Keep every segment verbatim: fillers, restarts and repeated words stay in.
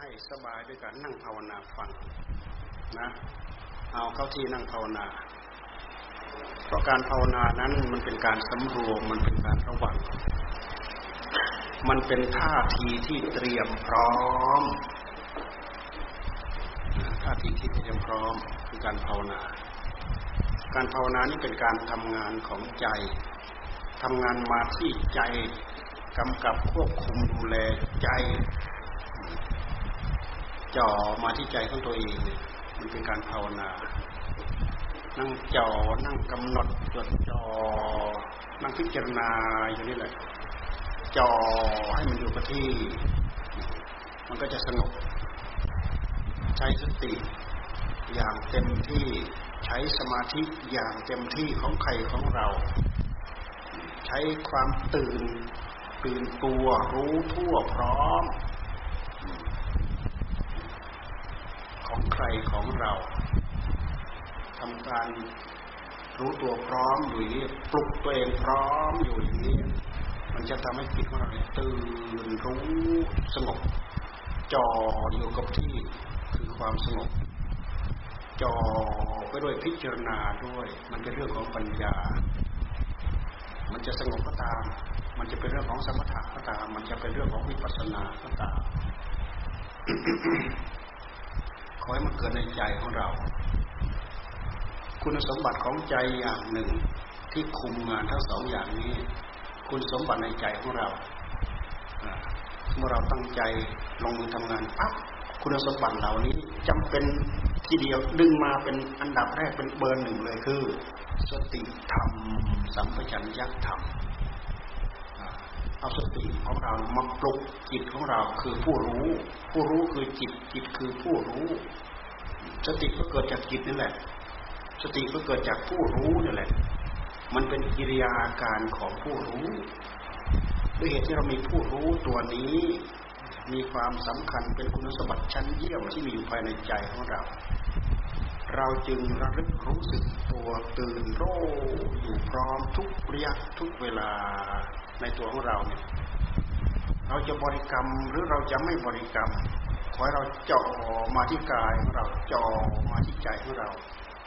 ให้สบายด้วยการนั่งภาวนาฟังนะเอาเข้าที่นั่งภาวนาเพราะการภาวนานั้นมันเป็นการสำรวมมันเป็นการระวังมันเป็นท่าทีที่เตรียมพร้อมท่าทีที่เตรียมพร้อมคือการภาวนาการภาวนานี่เป็นการทำงานของใจทำงานมาที่ใจกำกับควบคุมดูแลใจจ่อมาที่ใจของตัวเองเนี่ยมันเป็นการภาวนานั่งจ่อนั่งกำหนดจดจ่อนั่งพิจารณาอยู่นี่แหละจ่อให้มันอยู่กับที่มันก็จะสงบใช้สติอย่างเต็มที่ใช้สมาธิอย่างเต็มที่ของใครของเราใช้ความตื่นตื่นตัวรู้ทั่วพร้อมของใครของเราทำการรู้ตัวพร้อมอยู่อย่างนี้ปลุกตัวเองพร้อมอยู่อย่างนี้มันจะทำให้จิตของเราตื่นรู้สงบจ่ออยู่กับที่คือความสงบจ่อไปด้วยพิจารณาด้วยมันเป็นเรื่องของปัญญามันจะสงบก็ตามมันจะเป็นเรื่องของสมถะก็ตามมันจะเป็นเรื่องของวิปัสสนาก็ตาม ขอให้มันเกิดในใจของเราคุณสมบัติของใจอย่างหนึ่งที่คุมงานทั้งสองอย่างนี้คุณสมบัติในใจของเราเมื่อเราตั้งใจลงมือทำงานปั๊บคุณสมบัติเหล่านี้จำเป็นทีเดียวดึงมาเป็นอันดับแรกเป็นเบอร์หนึ่งเลยคือสติธรรมสัมปชัญญะธรรมเอาสติของเรามาปลุกจิตของเราคือผู้รู้ผู้รู้คือจิตจิตคือผู้รู้สติก็เกิดจากจิตนั่นแหละสติก็เกิดจากผู้รู้นั่นแหละมันเป็นกิริยาอาการของผู้รู้ด้วยเหตุที่เรามีผู้รู้ตัวนี้มีความสำคัญเป็นคุณสมบัติชั้นเยี่ยมที่มีอยู่ภายในใจของเราเราจึงระลึกรู้สึกตัวตื่นรู้อยู่พร้อมทุกระยะทุกเวลาในตัวของเราเนี่ยเราจะบริกรรมหรือเราจะไม่บริกรรมขอให้เราจ่อมาที่กายของเราจ่อมาที่ใจของเรา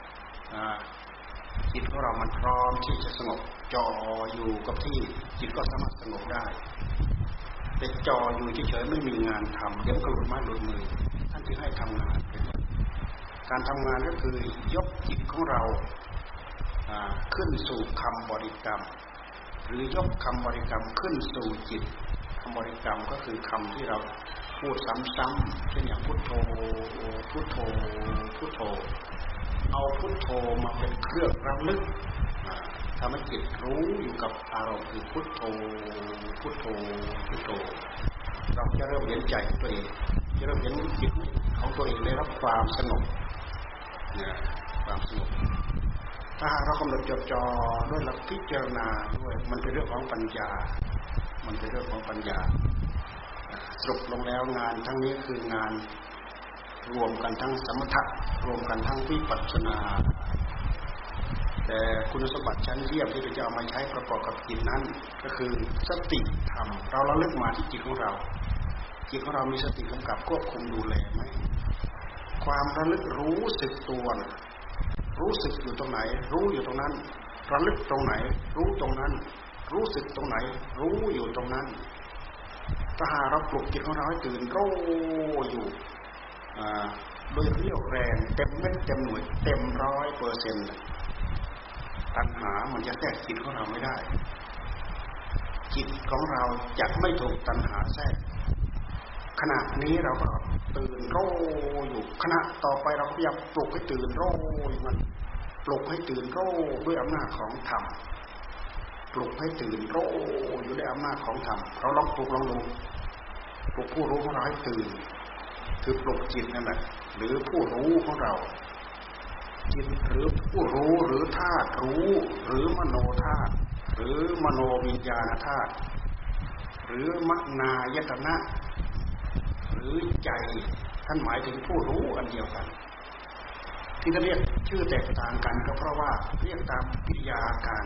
จิตของเรามันพร้อมที่จะสงบจ่ออยู่กับที่จิตก็สามารถสงบได้แต่จ่ออยู่เฉยๆไม่มีงานทำเดี๋ยวก็หลุดไม้หลุดมือท่านจึงให้ทำงานการทำงานก็คือยกจิตของเราขึ้นสู่คำบริกรรมหรือยกคำบริกรรมขึ้นสู่จิตคำบริกรรมก็คือคำที่เราพูดซ้ำๆเช่นอย่างพุทโธพุทโธพุทโธเอาพุทโธมาเป็นเครื่องระลึกทำให้จิตรู้อยู่กับอารมณ์คือพุทโธพุทโธพุทโธเราจะเริ่มเห็นใจของตัวเองจะเริ่มเห็นจิตของตัวเองได้รับความสงบเนี่ยความสงบถ้าเรากำหนดจดจ่อด้วยหลักพิจารณาด้วยมันเป็นเรื่องของปัญญามันเป็นเรื่องของปัญญาสรุปลงแล้วงานทั้งนี้คืองานรวมกันทั้งสมถะรวมกันทั้งวิปัสสนาแต่คุณสมบัติชั้นเยี่ยมที่เราจะเอามาใช้ประกอบกับจิตนั้นก็คือสติธรรมเราระลึกมาที่จิตของเราจิตของเรามีสติกำกับควบคุมดูแลไหมความระลึกรู้สึกตัวนะรู้สึกอยู่ตรงไหนรู้อยู่ตรงนั้นระลึกตรงไหนรู้ตรงนั้นรู้สึกตรงไหนรู้อยู่ตรงนั้นถ้าหากเราปลุกจิตของเราให้ตื่นรู้อยู่โดยเรี่ยวแรงเต็มเม็ดเต็มหน่วยเต็มร้อยเปอร์เซ็นต์ตัณหามันจะแทรกจิตของเราไม่ได้จิตของเราจะไม่ถูกตัณหาแทรกขณะนี้เราก็ตื่นรู้อยู่ขณะต่อไปเราพยายามปลุกให้ตื่นรู้อยู่มันปลุกให้ตื่นรู้ด้วยอำนาจของธรรมปลุกให้ตื่นรู้อยู่ด้วยอำนาจของธรรมเราลองปลุกลองดูปลุกผู้รู้ของเราให้ตื่นคือปลุกจิตนั่นแหละหรือผู้รู้ของเราจิตหรือผู้รู้หรือธาตุรู้หรือมโนธาตุหรือมโนวิญญาณธาตุหรือมนายตนะหรือใจท่านหมายถึงผู้รู้อันเดียวกันที่จะเรียกชื่อแตกต่างกันก็เพราะว่าเรียกตามกิริยาอาการ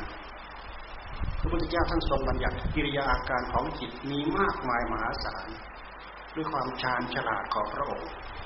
พระพุทธเจ้าท่านทรงบัญญัติกิริยาอาการของจิตมีมากมายมหาศาลด้วยความชาญฉลาดของพระองค์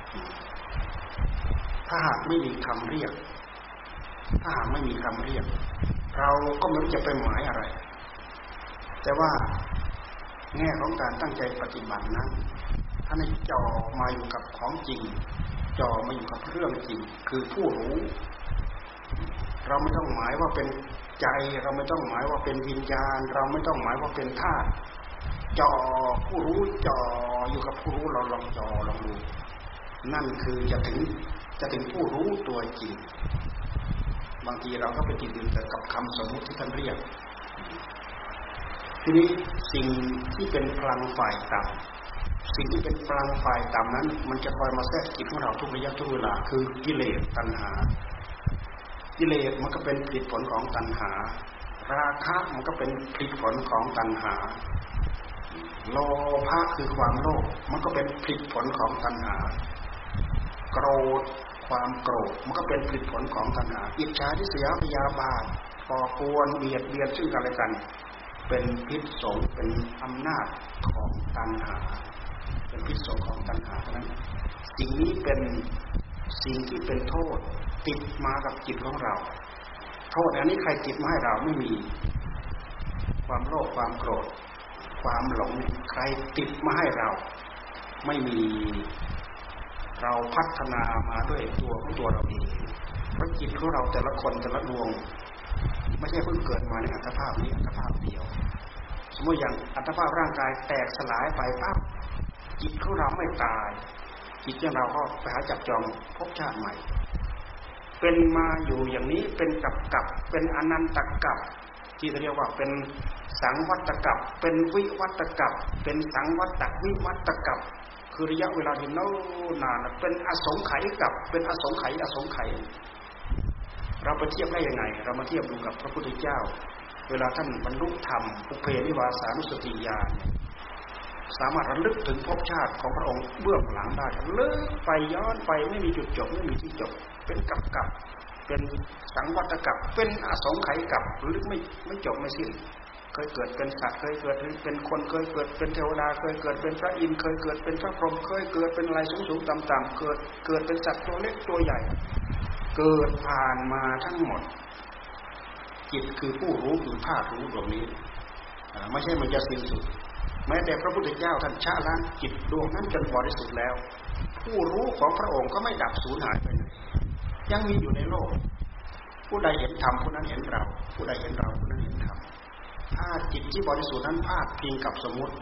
ถ้าหากไม่มีคำเรียกถ้าหากไม่มีคำเรียกเราก็ไม่รู้จะไปหมายอะไรแต่ว่าแง่ของการตั้งใจปฏิบัตินั้นท่านให้จ่อมาอยู่กับของจริงจ่อมาอยู่กับเรื่องจริงคือผู้รู้เราไม่ต้องหมายว่าเป็นใจเราไม่ต้องหมายว่าเป็นวิญญาณเราไม่ต้องหมายว่าเป็นธาตุจ่อผู้รู้จ่ออยู่กับผู้รู้เราลองจ่อลองดูนั่นคือจะถึงจะถึงผู้รู้ตัวจริงบางทีเราก็ไปติดอยู่แต่กับคำสมมุติที่ท่านเรียกทีนี้สิ่งที่เป็นพลังฝ่ายต่ำสิ่งที่เป็นพลังฝ่ายต่ำนั้นมันจะคอยมาแทรกจิตของเราทุกระยะทุกเวลาคือกิเลสตัณหากิเลสมันก็เป็นผลผลของตัณหาราคะมันก็เป็นผลผลของตัณหาโลภะคือความโลภมันก็เป็นผลผลของตัณหาโกรธความโกรธมันก็เป็นผลผลของตัณหาอิจฉาริษยาพยาบาทก่อกวนเบียดเบียนซึ่งกันและกันเป็นพิษสงเป็นอำนาจของตัณหาเป็นพิษสงของตัณหาเพราะนั้นสิ่งนี้เป็นสิ่งที่เป็นโทษติดมากับจิตของเราโทษอันนี้ใครติดมาให้เราไม่มีความโลภความโกรธความหลงใครติดมาให้เราไม่มีเราพัฒนามาด้วยตัวของตัวเราเองเพราะจิตของเราแต่ละคนแต่ละดวงไม่ใช่เพิ่งเกิดมาในอัตภาพนี้อัตภาพเดียวสมมติอย่างอัตภาพร่างกายแตกสลายไปปั๊บจิตของเราไม่ตายจิตของเราก็ไปหาจับจองภพชาติใหม่เป็นมาอยู่อย่างนี้เป็นกับกับเป็นอนันตกับที่เรียกว่าเป็นสังวัตกับเป็นวิวัตกับเป็นสังวัตวิวัตกับคือระยะเวลาที่นานเป็นอสงไขยกับเป็นอสงไขยอสงไขยเราไปเทียบได้ยังไงเรามาเทียบดูกับพระพุทธเจ้าเวลาท่านบรรลุธรรมอุเพนิวาสานุสติญาณสามารถระลึกถึงภพชาติของพระองค์เบื้องหลังได้ลึกไปย้อนไปไม่มีจุดจบไม่มีที่จบเป็นกับกับเป็นสังวัตกับเป็นอสงไขยกับลึกไม่ไม่จบไม่สิ้นเคยเกิดเป็นสัตว์เคยเกิดเป็นคนเคยเกิดเป็นเทวดาเคยเกิดเป็นพระอินทร์เคยเกิดเป็นพระพรหมเคยเกิดเป็นอะไรสูงๆต่ำๆเกิดเกิดเป็นสัตว์ตัวเล็กตัวใหญ่เกิดผ่านมาทั้งหมดจิตคือผู้รู้คือธาตุรู้ตรงนี้ไม่ใช่มันจะสิ้นสุดแม้แต่พระพุทธเจ้าท่านชะล้างจิตดวงนั้นจนบริสุทธิ์แล้วผู้รู้ของพระองค์ก็ไม่ดับสูญหายไปไหนยังมีอยู่ในโลกผู้ใดเห็นธรรมผู้นั้นเห็นเราผู้ใดเห็นเราผู้นั้นเห็นธรรมถ้าจิตที่บริสุทธิ์นั้นพาดพิงกับสมมุติ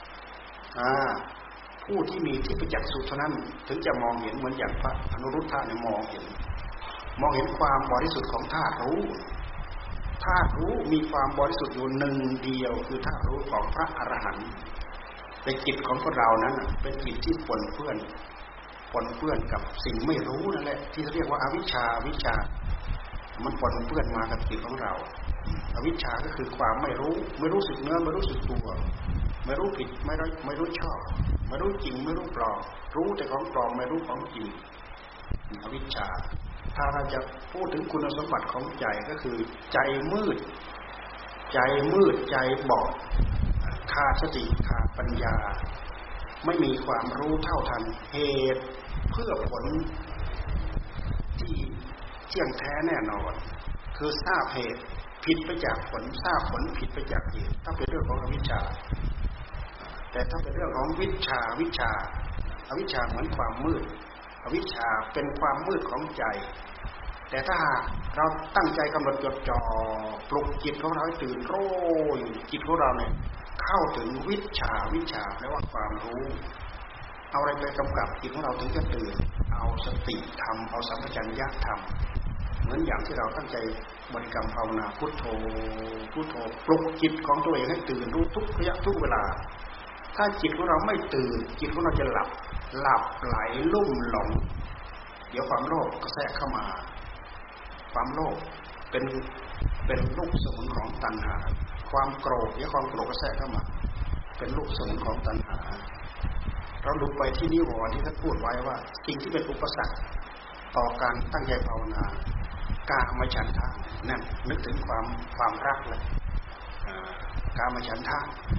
ผู้ที่มีที่ประจักษ์สุดเท่านั้นถึงจะมองเห็นเหมือนอย่างพระอนุรุทธะเนี่ยมองเห็นมองเห็นความบริสุทธิ์ของธาตุรู้ธาตุรู้มีความบริสุทธิ์อยู่หนึ่งเดียวคือธาตุรู้ของพระอรหันต์แต่จิตของพวกเรานั้นเป็นจิตที่ปนเปื้อนปนเปื้อนกับสิ่งไม่รู้นั่นแหละที่เรียกว่าอวิชชาวิชามันปนเปื้อนมากับจิตของเราอวิชชาก็คือความไม่รู้ไม่รู้สึกเนื้อไม่รู้สึกตัวไม่รู้ผิดไม่รู้ไม่รู้ชอบไม่รู้จริงไม่รู้ปลอมรู้แต่ของปลอมไม่รู้ของจริงอวิชชาถ้าเราจะพูดถึงคุณสมบัติของใจก็คือใจมืดใจมืดใจบอดขาดสติขาดปัญญาไม่มีความรู้เท่าทันเหตุเพื่อผลที่เที่ยงแท้แน่นอนคือทราบเหตุผิดไปจากผลทราบผลผิดไปจากเหตุถ้าเป็นเรื่องของอวิชชาแต่ถ้าเป็นเรื่องของวิชชาวิชาอวิชชาเหมือนความมืดอวิชชาเป็นความมืดของใจแต่ถ้าหากเราตั้งใจกำหนดจดจ่อปลุกจิตของเราให้ตื่นรู้จิตของเราเนี่ยเข้าถึงวิชาวิชาแปลว่าความรู้เอาอะไรไปกำกับจิตของเราถึงจะตื่นเอาสติธรรมเอาสัมปชัญญะธรรมเหมือนอย่างที่เราตั้งใจบริกรรมภาวนาพุทโธพุทโธปลุกจิตของตัวเองให้ตื่นรู้ทุกระยะทุกเวลาถ้าจิตของเราไม่ตื่นจิตของเราจะหลับหลับไหลลุ่มหลงเดี๋ยวความโลภก็แทรกเข้ามาความโลภเป็นเป็นลูกสมุนของตัณหาความโกรธเดี๋ยวความโกรธก็แทรกเข้ามาเป็นลูกสมุนของตัณหาเราดูไปที่นิวรณ์ที่ท่านพูดไว้ว่าสิ่งที่เป็นอุปสรรคต่อการตั้งใจภาวนากามฉันทะนั่นนึกถึงความความรักเลยกามฉันทะ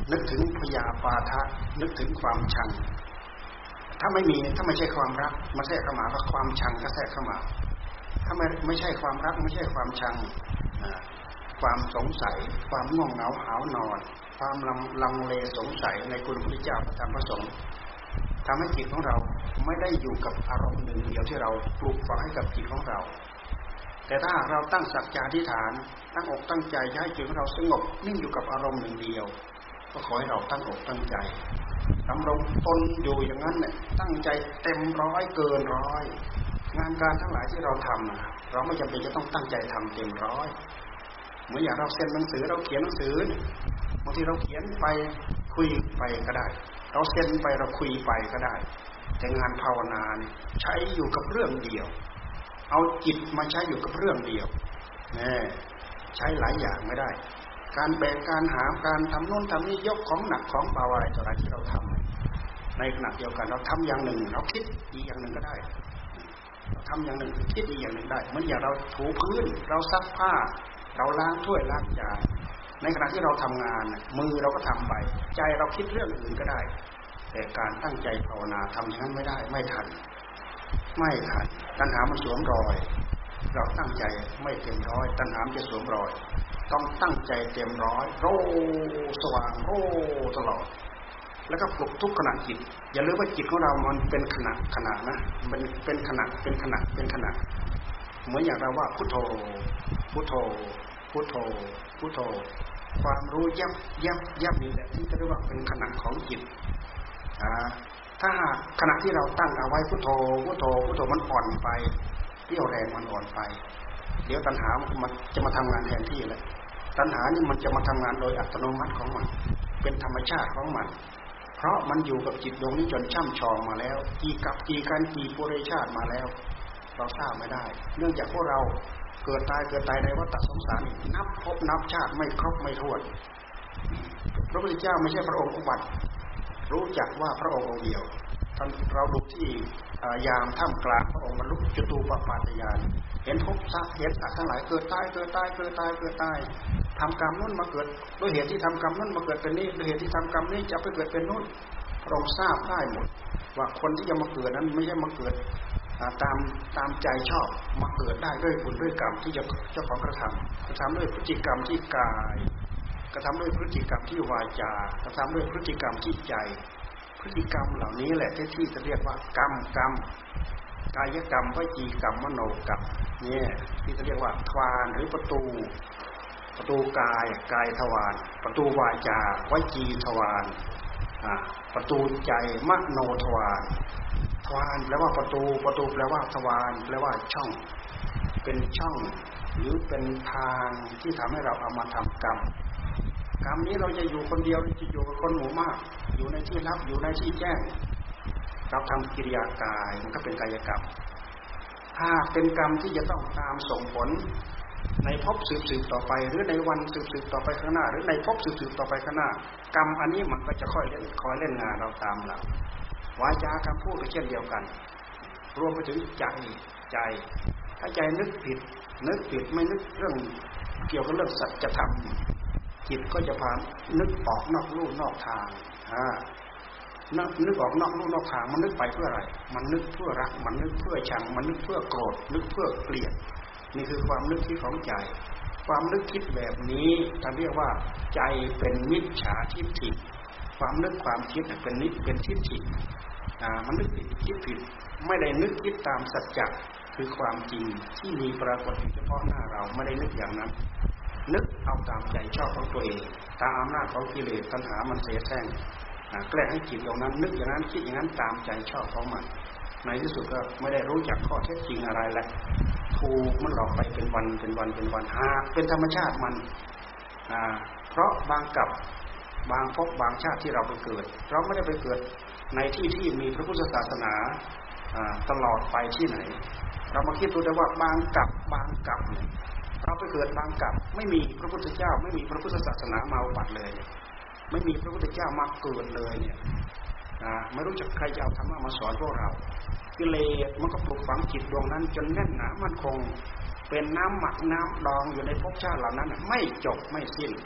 นึกถึงพยาปาทะนึกถึงความชังถ้าไม่มีถ้าไม่ใช่ความรักมาแทรกเข้ามาก็ความชังก็แทรกเข้ามาถ้าไม่ไม่ใช่ความรักไม่ใช่ความชังความสงสัยความง่วงเหงาหาวนอนความลังลังเลสงสัยในคุณพระพุทธเจ้าพระธรรมพระสงฆ์ทำให้จิตของเราไม่ได้อยู่กับอารมณ์หนึ่งเดียวที่เราปลูกฝังให้กับจิตของเราแต่ถ้าเราตั้งสัจจะอธิษฐานตั้งอกตั้งใจให้จิตของเราสงบนิ่งอยู่กับอารมณ์หนึ่งเดียวก็ขอให้เราตั้งอกตั้งใจดำรงตนอยู่อย่างนั้นเนี่ยตั้งใจเต็มร้อยเกินร้อยงานการทั้งหลายที่เราทำเราไม่จำเป็นจะต้องตั้งใจทำเต็มร้อยเหมือนอย่างเราเซ็นหนังสือเราเขียนหนังสือบางทีเราเขียนไปคุยไปก็ได้เราเซ็นไปเราคุยไปก็ได้แต่งานภาวนาเนี่ยใช้อยู่กับเรื่องเดียวเอาจิตมาใช้อยู่กับเรื่องเดียวนี่ใช้หลายอย่างไม่ได้การแบ่งการหาการทำโน้นทำนี่ยกของหนักของเบาอะไรต่ออะไรที่เราทำในขณะเดียวกันเราทำอย่างหนึ่งเราคิดอีกอย่างหนึ่งก็ได้เราทำอย่างหนึ่งคิดอีกอย่างหนึ่งได้เหมือนอย่างเราถูพื้นเราซักผ้าเราล้างถ้วยล้างจานในขณะที่เราทำงานมือเราก็ทำไปใจเราคิดเรื่องอื่นก็ได้แต่การตั้งใจภาวนาทำอย่างนั้นไม่ได้ไม่ทันไม่ทันตัณหามันสวมรอยเราตั้งใจไม่เต็มร้อยตัณหาจะสวมรอยต้องตั้งใจเต็มร้อยโรสว่างโรตลอดแล้วก็ปลุกทุกขณะจิตอย่าลืมว่าจิตของเรามันเป็นขณะขณะนะมันเป็นขณะเป็นขณะเป็นขณะเหมือนอย่างเราว่าพุทโธพุทโธพุทโธพุทโธความรู้ยับยับยับนี่แหละที่เรียกว่าเป็นขณะของจิตถ้าขณะที่เราตั้งเอาไว้พุทโธพุทโธพุทโธมันอ่อนไปเรี่ยวแรงมันอ่อนไปเดี๋ยวตัณหามันจะมาทำงานแทนที่เลยตัณหานี่มันจะมาทำงานโดยอัตโนมัติของมันเป็นธรรมชาติของมันเพราะมันอยู่กับจิตดวงนี้จนช่ำชองมาแล้วกี่กับกี่การกี่ปุเรชาติมาแล้วเราทราบไม่ได้เนื่องจากพวกเราเกิดตายเกิดตายในวัฏสงสารนับพบนับชาติไม่ครบไม่ถ้วนพระพุทธเจ้าไม่ใช่พระองค์อุบัติรู้จักว่าพระองค์องค์เดียวท่านเราดูที่ยามท่ามกลางพระองค์บรรลุจตุปปาตญาณเห็นภพสัตว์เห็นสัตว์ทั้งหลายเกิดตายเกิดตายเกิดตายเกิดตายทำกรรมนู้นมาเกิดด้วยเหตุที่ทำกรรมนั้นมาเกิดเป็นนี้ด้วยเหตุที่ทำกรรมนี้จะไปเกิดเป็นนู้นพระองค์ทราบได้หมดว่าคนที่จะมาเกิดนั้นไม่ใช่มาเกิดตามตามใจชอบมาเกิดได้ด้วยบุญด้วยกรรมที่จะเจ้าของกระทำกระทำด้วยพฤติกรรมที่กายกระทำด้วยพฤติกรรมที่วาจากระทำด้วยพฤติกรรมที่ใจพฤติกรรมเหล่านี้แหละที่ที่จะเรียกว่ากรรมกรรมกายกรรมวจีกรรมมโนกรรมเนี่ยที่จะเรียกว่าทวารหรือประตูประตูกายกายทวารประตูวาจาวจีทวารประตูใจมโนทวารทวารแปลว่าประตูประตูแปลว่าทวารแปลว่าช่องเป็นช่องหรือเป็นทางที่ทำให้เราเอามาทำกรรมกรรมนี้เราจะอยู่คนเดียวหรือจะอยู่กับคนหมู่มากอยู่ในที่ลับอยู่ในที่แจ้งเราทำกิริยากายมันก็เป็นกายกรรมถ้าเป็นกรรมที่จะต้องตามส่งผลในภพสืบๆต่อไปหรือในวันสืบๆต่อไปข้างหน้าหรือในภพสืบๆต่อไปข้างหน้ากรรมอันนี้มันก็จะค่อยเล่นคอยเล่นงานเราตามหลังวาจากำพูดก็เช่นเดียวกันรวมไปถึงใจใจถ้าใจนึกผิดนึกผิดไม่นึกเรื่องเกี่ยวกับเรื่องสัจธรรมจิตก็จะพานึกออกนอกลู่นอกทางอ่านึกนึกออกนอกลู่นอกทางมันนึกไปเพื่ออะไรมันนึกเพื่อรักมันนึกเพื่อชังมันนึกเพื่อโกรธนึกเพื่อเกลียดนี่คือความนึกคิดของใจความนึกคิดแบบนี้ท่านเรียกว่าใจเป็นมิจฉาทิฏฐิความนึกความคิดเป็นนิเป็นทิฏฐิอ่ามันนึกผิดคิดผิดไม่ได้นึกคิดตามสัจจะคือความจริงที่มีปรากฏอยู่เฉพาะหน้าเราไม่ได้นึกอย่างนั้นนึกเอาตามใจชอบของตัวเองตามอำนาจของกิเลสตัณหามันเสแสร้งแกล้งให้จิตตรงนั้นนึกอย่างนั้นคิดอย่างนั้นตามใจชอบของมันในที่สุดก็ไม่ได้รู้จักข้อเท็จจริงอะไรแหละถูกมันหลอกไปเป็นวันเป็นวันเป็นวันหากเป็นธรรมชาติมันเพราะบางกับบางภพบางชาติที่เราไปเกิดเราไม่ได้ไปเกิดในที่ที่มีพระพุทธศาสนาตลอดไปที่ไหนเรามาคิดดูแต่ว่าบางกับบางกับเราไปเกิดบางกับไม่มีพระพุทธเจ้าไม่มีพระพุทธศาสนามาอุบัติเลยไม่มีพระพุทธเจ้ามาเกิดเลยเนี่ยไม่รู้จักใครจะเอาธรรมะมาสอนพวกเรากิเลสมันก็ปลุกฝังจิตดวงนั้นจนแน่นหนามั่นคงเป็นน้ำหมักน้ำดองอยู่ในภพชาติเหล่านั้นไม่จบไม่สิ้น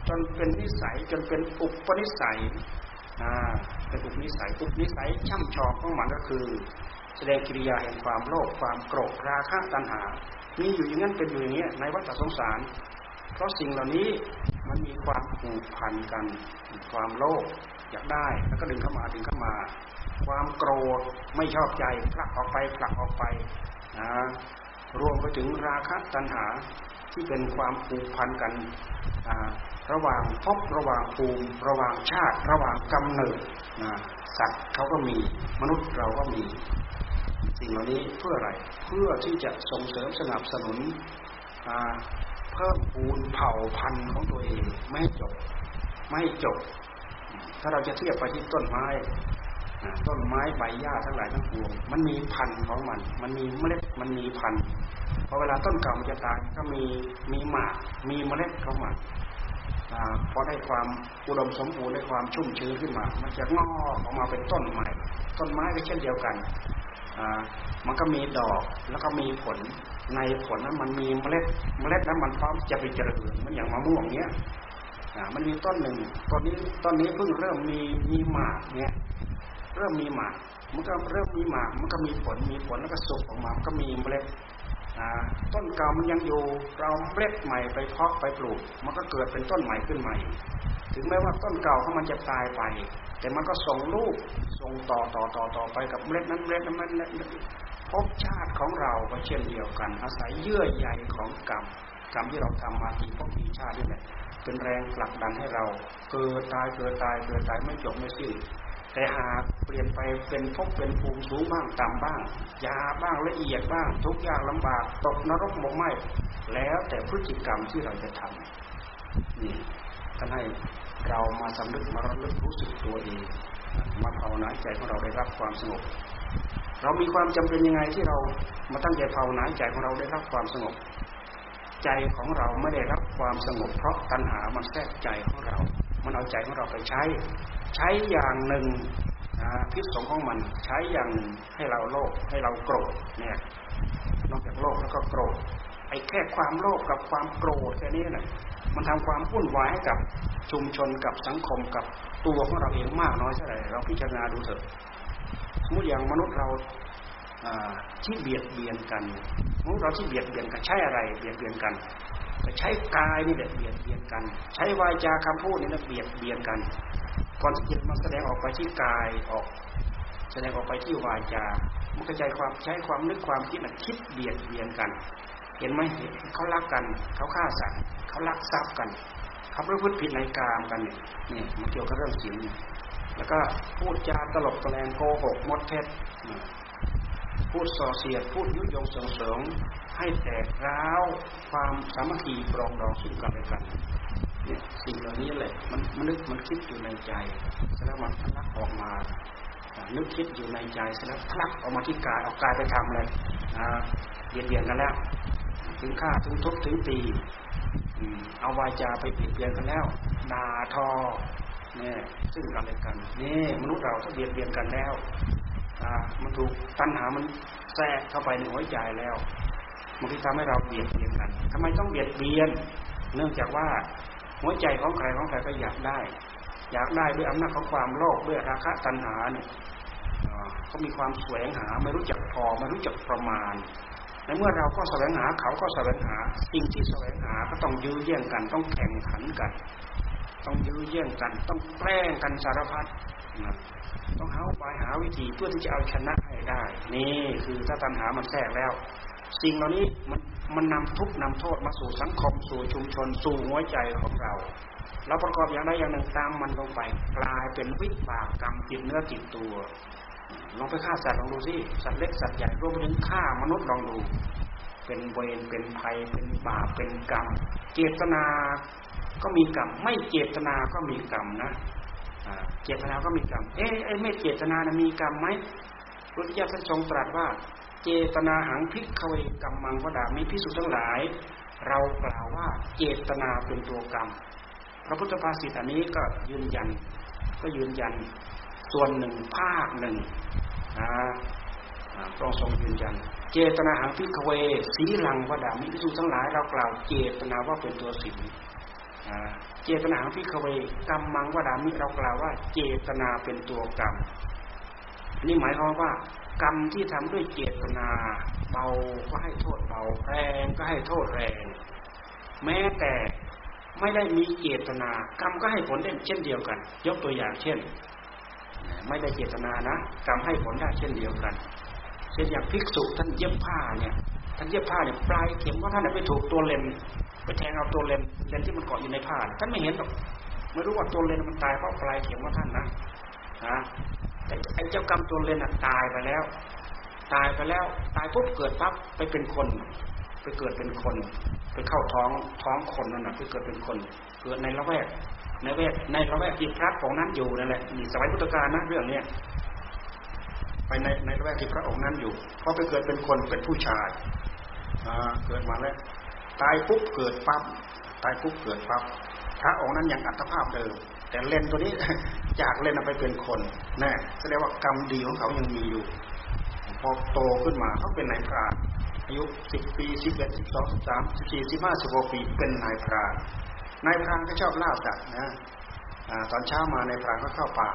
จนเป็นนิสัยจนเป็นอุปนิสัยอ่าเป็นอุปนิสัยอุปนิสัยช่ำชองของมันก็คือแสดงกิริยาแห่งความโลภความโกรธราคะตัณหามีอยู่อย่างนั้นเป็นอยู่อย่างนี้ในวัฏสงสารเพราะสิ่งเหล่านี้มันมีความผูกพันกันความโลภอยากได้แล้วก็ดึงเข้ามาดึงเข้ามาความโกรธไม่ชอบใจผลักออกไปผลักออกไปนะรวมไปถึงราคะตัณหาที่เป็นความผูกพันกันระหว่างภพระหว่างภูมิระหว่างชาติระหว่างกำเนิดนะสัตว์เขาก็มีมนุษย์เราก็มีสิ่งเหล่านี้เพื่ออะไรเพื่อที่จะส่งเสริมสนับสนุนเพิ่มพูนเผ่าพันธุ์ของตัวเองไม่ให้จบไม่ให้จบถ้าเราจะเทียบไปที่ต้นไม้ต้นไม้ใบหญ้าทั้งหลายทั้งปวงมันมีพันธุ์ของมันมันมีเมล็ดมันมีพันธุ์พอเวลาต้นเก่ามันจะตายก็มีมีหมากมีเมล็ดของมันพอได้ความอุดมสมบูรณ์ได้ความชุ่มชื้นขึ้นมามันจะงอกออกมาเป็นต้นใหม่ต้นไม้ก็เช่นเดียวกันมันก็มีดอกแล้วก็มีผลในผลนั้นมันมีเมล็ดเมล็ดนั้นมันพร้อมจะไปเจริญมันอย่างมะม่วงเนี้ยมันมีต้นหนึ่งต้นนี้ต้นนี้เพิ่งเริ่มมีมีหมากเนี้ยเริ่มมีหมากมันก็เริ่มมีหมากมันก็มีผลมีผลแล้วก็สุกออกมามันก็มีเมล็ดต้นเก่ามันยังอยู่เราเมล็ดใหม่ไปเพาะไปปลูกมันก็เกิดเป็นต้นใหม่ขึ้นใหม่ถึงแม้ว่าต้นเก่าของมันจะตายไปแต่มันก็ส่งลูกส่งต่อต่อต่อต่อไปกับเมล็ดนั้นเมล็ดนั้นเมล็ดนั้นภพชาติของเราก็เช่นเดียวกันอาศัยเยื่อใยของกรรมกรรมที่เราทำมากี่ภพกี่ชาตินี่แหละเป็นแรงผลักดันให้เราเกิดตายเกิดตายเกิดตายไม่จบไม่สิ้นแต่หากเปลี่ยนไปเป็นภพเป็นภูมิสูงบ้างต่ำบ้างยาบ้างละเอียดบ้างทุกอย่างลำบากตกนรกหมกไหม้แล้วแต่พฤติกรรมที่เราจะทำนี่ท่านให้เรามาสำนึกมาระลึกรู้สึกตัวเองมาภาวนาใจของเราได้รับความสงบเรามีความจำเป็นยังไงที่เรามาตั้งใจภาวนาใจของเราได้รับความสงบใจของเราไม่ได้รับความสงบเพราะตัณหามันแทรกใจของเรามันเอาใจของเราไปใช้ใช้อย่างหนึ่งพิษสงของมันใช้อย่างหนึ่งให้เราโลภให้เราโกรธเนี่ยนอกจากโลภแล้วก็โกรธไอ้แค่ความโลภกับความโกรธแค่นี้น่ะมันทำความวุ่นวายให้กับชุมชนกับสังคมกับตัวของเราเองมากน้อยเท่าไหร่เราพิจารณาดูเถอะสมมติอย่างมนุษย์เราที่เบียดเบียนกันมนุษย์เราที่เบียดเบียนกันใช้อะไรเบียดเบียนกันใช้กายนี่แหละเบียดเบียนกันใช้วาจาคำพูดนี่แหละเบียดเบียนกันก่อนจิตมันแสดงออกไปที่กายออกแสดงออกไปที่วาจามันกระจายความใช้ความนึกความคิดน่ะคิดเบียดเบียนกันเห็นไหมเขารักกันเขาฆ่าสัตว์เขาลักทรัพย์กันเขาประพฤติผิดในกามกันเนี่ยนี่มันเกี่ยวกับเรื่องศีลแล้วก็พูดจาตลกตะแลงโกหกมดเท็จพูดส่อเสียดพูดยุยงส่งเสริมให้แตกร้าวความสามัคคีปรองดองซึ่งกันและกันเนี่ยสิ่งเหล่านี้แหละมันมันนึกมันคิดอยู่ในใจเสร็จแล้วมันทะลักออกมานึกคิดอยู่ในใจเสร็จแล้วทะลักออกมาที่กายเอากายไปทำเลยเบียดเบียนกันแล้วถึงฆ่าถึงทุบถึงตีเอาวาจาไปเบียดเบียนกันแล้วด่าทอเนี่ยซึ่งกันและกันนี่มนุษย์เราถ้าเบียดเบียนกันแล้วมันถูกตัณหามันแทรกเข้าไปในหัวใจแล้วมันก็ทำให้เราเบียดเบียนกันทำไมต้องเบียดเบียนเนื่องจากว่าหัวใจของใครของใครก็อยากได้อยากได้ด้วยอำนาจของความโลภด้วยราคะตัณหาเนี่ยเขามีความแสวงหาไม่รู้จักพอไม่รู้จักประมาณในเมื่อเราก็แสวงหาเขาก็แสวงหาสิ่งที่แสวงหาก็ต้องยื้อแย่งกันต้องแข่งขันกันต้องยื้อแย่งกันต้องแกล้งกันสารพัดต้องหาไปหาวิธีเพื่อที่จะเอาชนะให้ได้นี่คือถ้าตัณหามันแทรกแล้วสิ่งเหล่านี้มันมันนำทุกข์นำโทษมาสู่สังคมสู่ชุมชนสู่หัวใจของเราเราประกอบอย่างใดอย่างหนึ่งตามมันลงไปกลายเป็นวิบากกรรมติดเนื้อติดตัวลองไปฆ่าสัตว์ลองดูสิสัตว์เล็กสัตว์ใหญ่รวมไปถึงฆ่ามนุษย์ลองดูเป็นเวรเป็นภัยเป็นบาปเป็นกรรมเจตนาก็มีกรรมไม่เจตนาก็มีกรรมนะเจตนาก็มีกรรมเอ๊ะไอ้ไม่เจตนานะมีกรรมไหมพระพุทธเจ้าท่านทรงตรัสว่าเจตนาหังภิกขเวกัมมังวดามิภิกษุทั้งหลายเรากล่าวว่าเจตนาเป็นตัวกรรมพระพุทธภาษิตอันนี้ก็ยืนยันก็ยืนยันส่วนหนึ่งภาคหนึ่งนะพระองค์ทรงยืนยันเจตนาหังภิกขเวสีลังวดามิภิกษุทั้งหลายเรากล่าวเจตนาว่าเป็นตัวศีลเจตนาพิกเวกรรมมังวดามิเรากล่าวว่าเจตนาเป็นตัวกรรมนี่หมายความว่ากรรมที่ทำด้วยเจตนาเบาก็ให้โทษเบาแรงก็ให้โทษแรงแม้แต่ไม่ได้มีเจตนากรรมก็ให้ผลได้เช่นเดียวกันยกตัวอย่างเช่นไม่ได้เจตนานะกรรมให้ผลได้เช่นเดียวกันเช่นอย่างภิกษุท่านเย็บผ้าเนี่ยท่านเย็บผ้าเนี่ยปลายเข็มของท่านไปถูกตัวเลนไปแทงเอาตัวเลนเลนที่มันเกาะอยู่ในผ้าท่านไม่เห็นหรอกไม่รู้ว่าตัวเลนมันตายเพราะปลายเข็มของท่านนะนะแต่ไอ้เจ้ากรรมตัวเลนน่ะตายไปแล้วตายไปแล้วตายปุ๊บเกิดปั๊บไปเป็นคนไปเกิดเป็นคนไปเข้าท้องท้องคนนั่นน่ะไปเกิดเป็นคนเกิดในละแวกในแวกในละแวกที่พระของนั้นอยู่นั่นแหละนี่สมัยพุทธกาลนะเรื่องเนี้ยไปในในละแวกที่พระองค์นั้นอยู่พอไปเกิดเป็นคนเป็นผู้ชายอ่าเกิดมาแล้วตายปุ๊บเกิดปั๊บตายปุ๊บเกิดปั๊บพระองค์นั้นยังอัตภาพเดิมแต่เลนตัวนี้จากเลนไปเป็นคนแน่แสดงว่ากรรมดีของเขายังมีอยู่พอโตขึ้นมาเขาเป็นนายพรานอายุสิบปีสิบเอ็ดสิบสองสิบสามสิบสี่สิบห้าสิบหกปีเป็นนายพรานนายพรานก็ชอบล่าสัตว์นะตอนเช้ามานายพรานก็เข้าป่า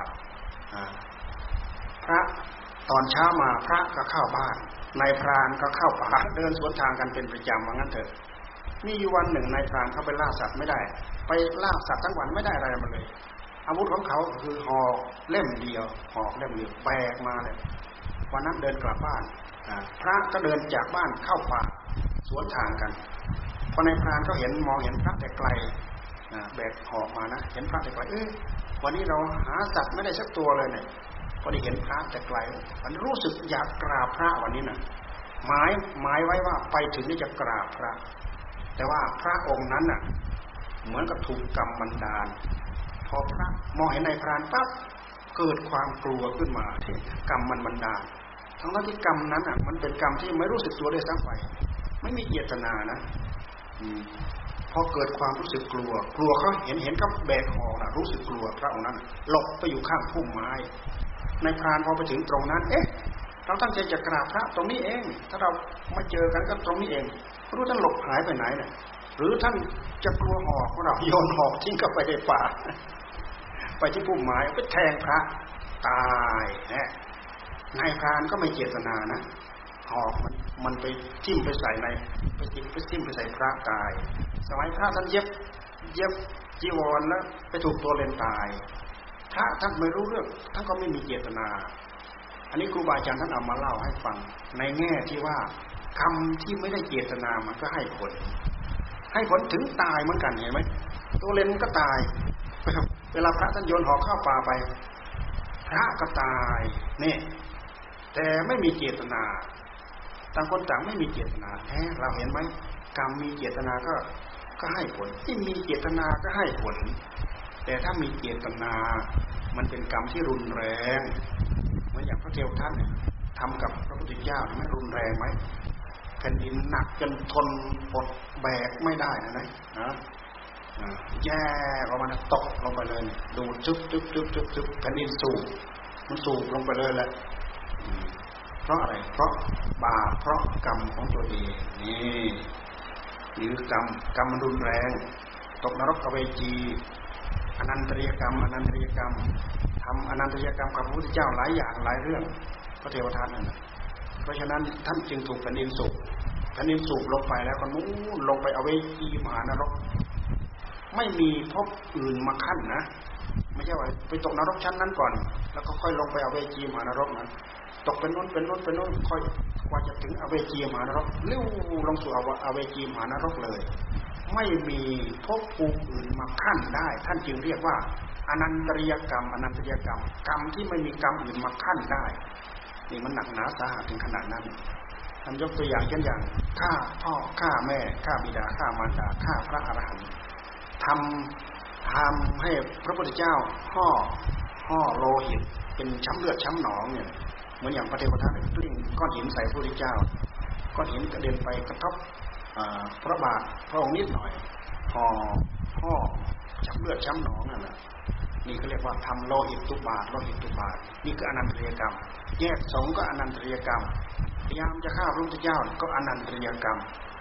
พระตอนเช้ามาพระก็เข้าบ้านนายพรานก็เข้าป่าเดินสวนทางกันเป็นประจำว่างั้นเถอะมีอยู่วันหนึ่งนายพรานเข้าไปล่าสัตว์ไม่ได้ไปล่าสัตว์ทั้งวันไม่ได้อะไรมาเลยอาวุธของเขาคือหอกเล่มเดียวหอกเล่มเดียวแบกมาเลยวันนั้นเดินกลับบ้านพระก็เดินจากบ้านเข้าป่าสวนทางกันพอนายพรานเขาเห็นมองเห็นพระแต่ไกลแบกหอกมานะเห็นพระแต่ไกลเอ้ยวันนี้เราหาสัตว์ไม่ได้สักตัวเลยเนี่ยพอได้เห็นพระแต่ไกลมันรู้สึกอยากกราบพระวันนี้น่ะหมายหมายไว้ว่าไปถึงนี่จะกราบพระแต่ว่าพระองค์นั้นน่ะเหมือนกับถูกกรรมบันดาลพอพระมองเห็นนายพรานปั๊บเกิดความกลัวขึ้นมาที่กรรมมันบันดาลทั้งที่กรรมนั้นอ่ะมันเป็นกรรมที่ไม่รู้สึกตัวได้สักไปไม่มีเจตนานะพอเกิดความรู้สึกกลัวกลัวเขาเห็นเห็นกับแบกหอกนะรู้สึกกลัวพระองค์นั้นหลบไปอยู่ข้างพุ่มไม้นายพรานพอไปถึงตรงนั้นเอ๊ะเราตั้งใจจะกราบพระตรงนี้เองถ้าเรามาเจอกันก็ตรงนี้เองไม่รู้ท่านหลบหายไปไหนเนี่ยหรือท่านจะกลัวหอกของเราโยนหอกทิ้งเข้าไปในป่าไปที่พุ่มไม้ไปแทงพระตายแฮะนายพรานก็ไม่เจตนานะหอกมันมันไปทิ่มไปใส่ในไปทิ่มไปทิ่มไปใส่พระตายสมัยพระท่านเย็บเย็บจีวรแล้วไปถูกตัวเลนตายพระท่านไม่รู้เรื่องท่านก็ไม่มีเจตนาอันนี้ครูบาอาจารย์ท่านเอามาเล่าให้ฟังในแง่ที่ว่าคำที่ไม่ได้เจตนามันก็ให้ผลให้ผลถึงตายเหมือนกันเห็นไหมตัวเลนก็ตายเวลาพระท่านโยนหอกเข้าป่าไปพระก็ตายนี่แต่ไม่มีเจตนาต่างคนต่างไม่มีเจตนาแท้เราเห็นไหมกรรมมีเจตนาก็ก็ให้ผลที่มีเจตนาก็ให้ผลแต่ถ้ามีเจตนามันเป็นกรรมที่รุนแรงเหมือนอย่างพระเทวทัตเนี่ยทำกับพระพุทธเจ้าไม่รุนแรงไหมแผ่นดินหนักจนทนอดแบกไม่ได้นะนะนะแย่ออกมาตกลงไปเลยดูจุ๊บจุ๊บจุ๊บจุ๊บจุ๊บแผ่นดินสูบมันสูบลงไปเลยแหละเพราะอะไรเพราะบาปเพราะกรรมของตัวเองนี่หรือกรรมกรรมมันรุนแรงตกนรกอเวจีอนันตริยกรรมอนันตริยกรรมทำอนันตริยกรรมกับพระพุทธเจ้าหลายอย่างหลายเรื่องพระเทวทัตนั่นเพราะฉะนั้นท่านจึงถูกแผ่นดินสูบแผ่นดินสูบลงไปแล้วก็นู้นลงไปอเวจีมหานรกไม่มีภพอื่นมาขั้นนะไม่ใช่ว่าไปตกนรกชั้นนั้นก่อนแล้วก็ค่อยลงไปอเวจีมหานรกนั้นตกเป็นนู้นเป็นนู้นเป็นนู้นค่อยกว่าจะถึงอเวจีมหานรกเลี้ยวลงสู่อเวจีมหานรกเลยไม่มีภพภูมิอื่นมาขั้นได้ท่านจึงเรียกว่าอนันตริยกรรมอนันตริยกรรมกรรมที่ไม่มีกรรมอื่นมาขั้นได้นี่มันหนักหนาสาหัสถึงขนาดนั้นท่านยกตัวอย่างเช่นอย่างฆ่าพ่อฆ่าแม่ฆ่าบิดาฆ่ามารดาฆ่าพระอรหันต์ทำทำให้พระพุทธเจ้าห่อห่อโลหิตเป็นช้ำเลือดช้ำหนองเนี่ยเหมือนอย่างพระเทวทัตกลิ้งก้อนหินใส่พระพุทธเจ้าก้อนหินกระเด็นไปกระทบพระบาทพระองค์นิดหน่อยห่อห่อช้ำเลือดช้ำหนองนั่นแหละนี่เขาเรียกว่าทำโลหิตตุบาทโลหิตตุบาทนี่คืออนันตริยกรรมแยกสงฆ์ก็อนันตริยกรรมพยายามจะฆ่าพระพุทธเจ้าก็อนันตริยกรรมอ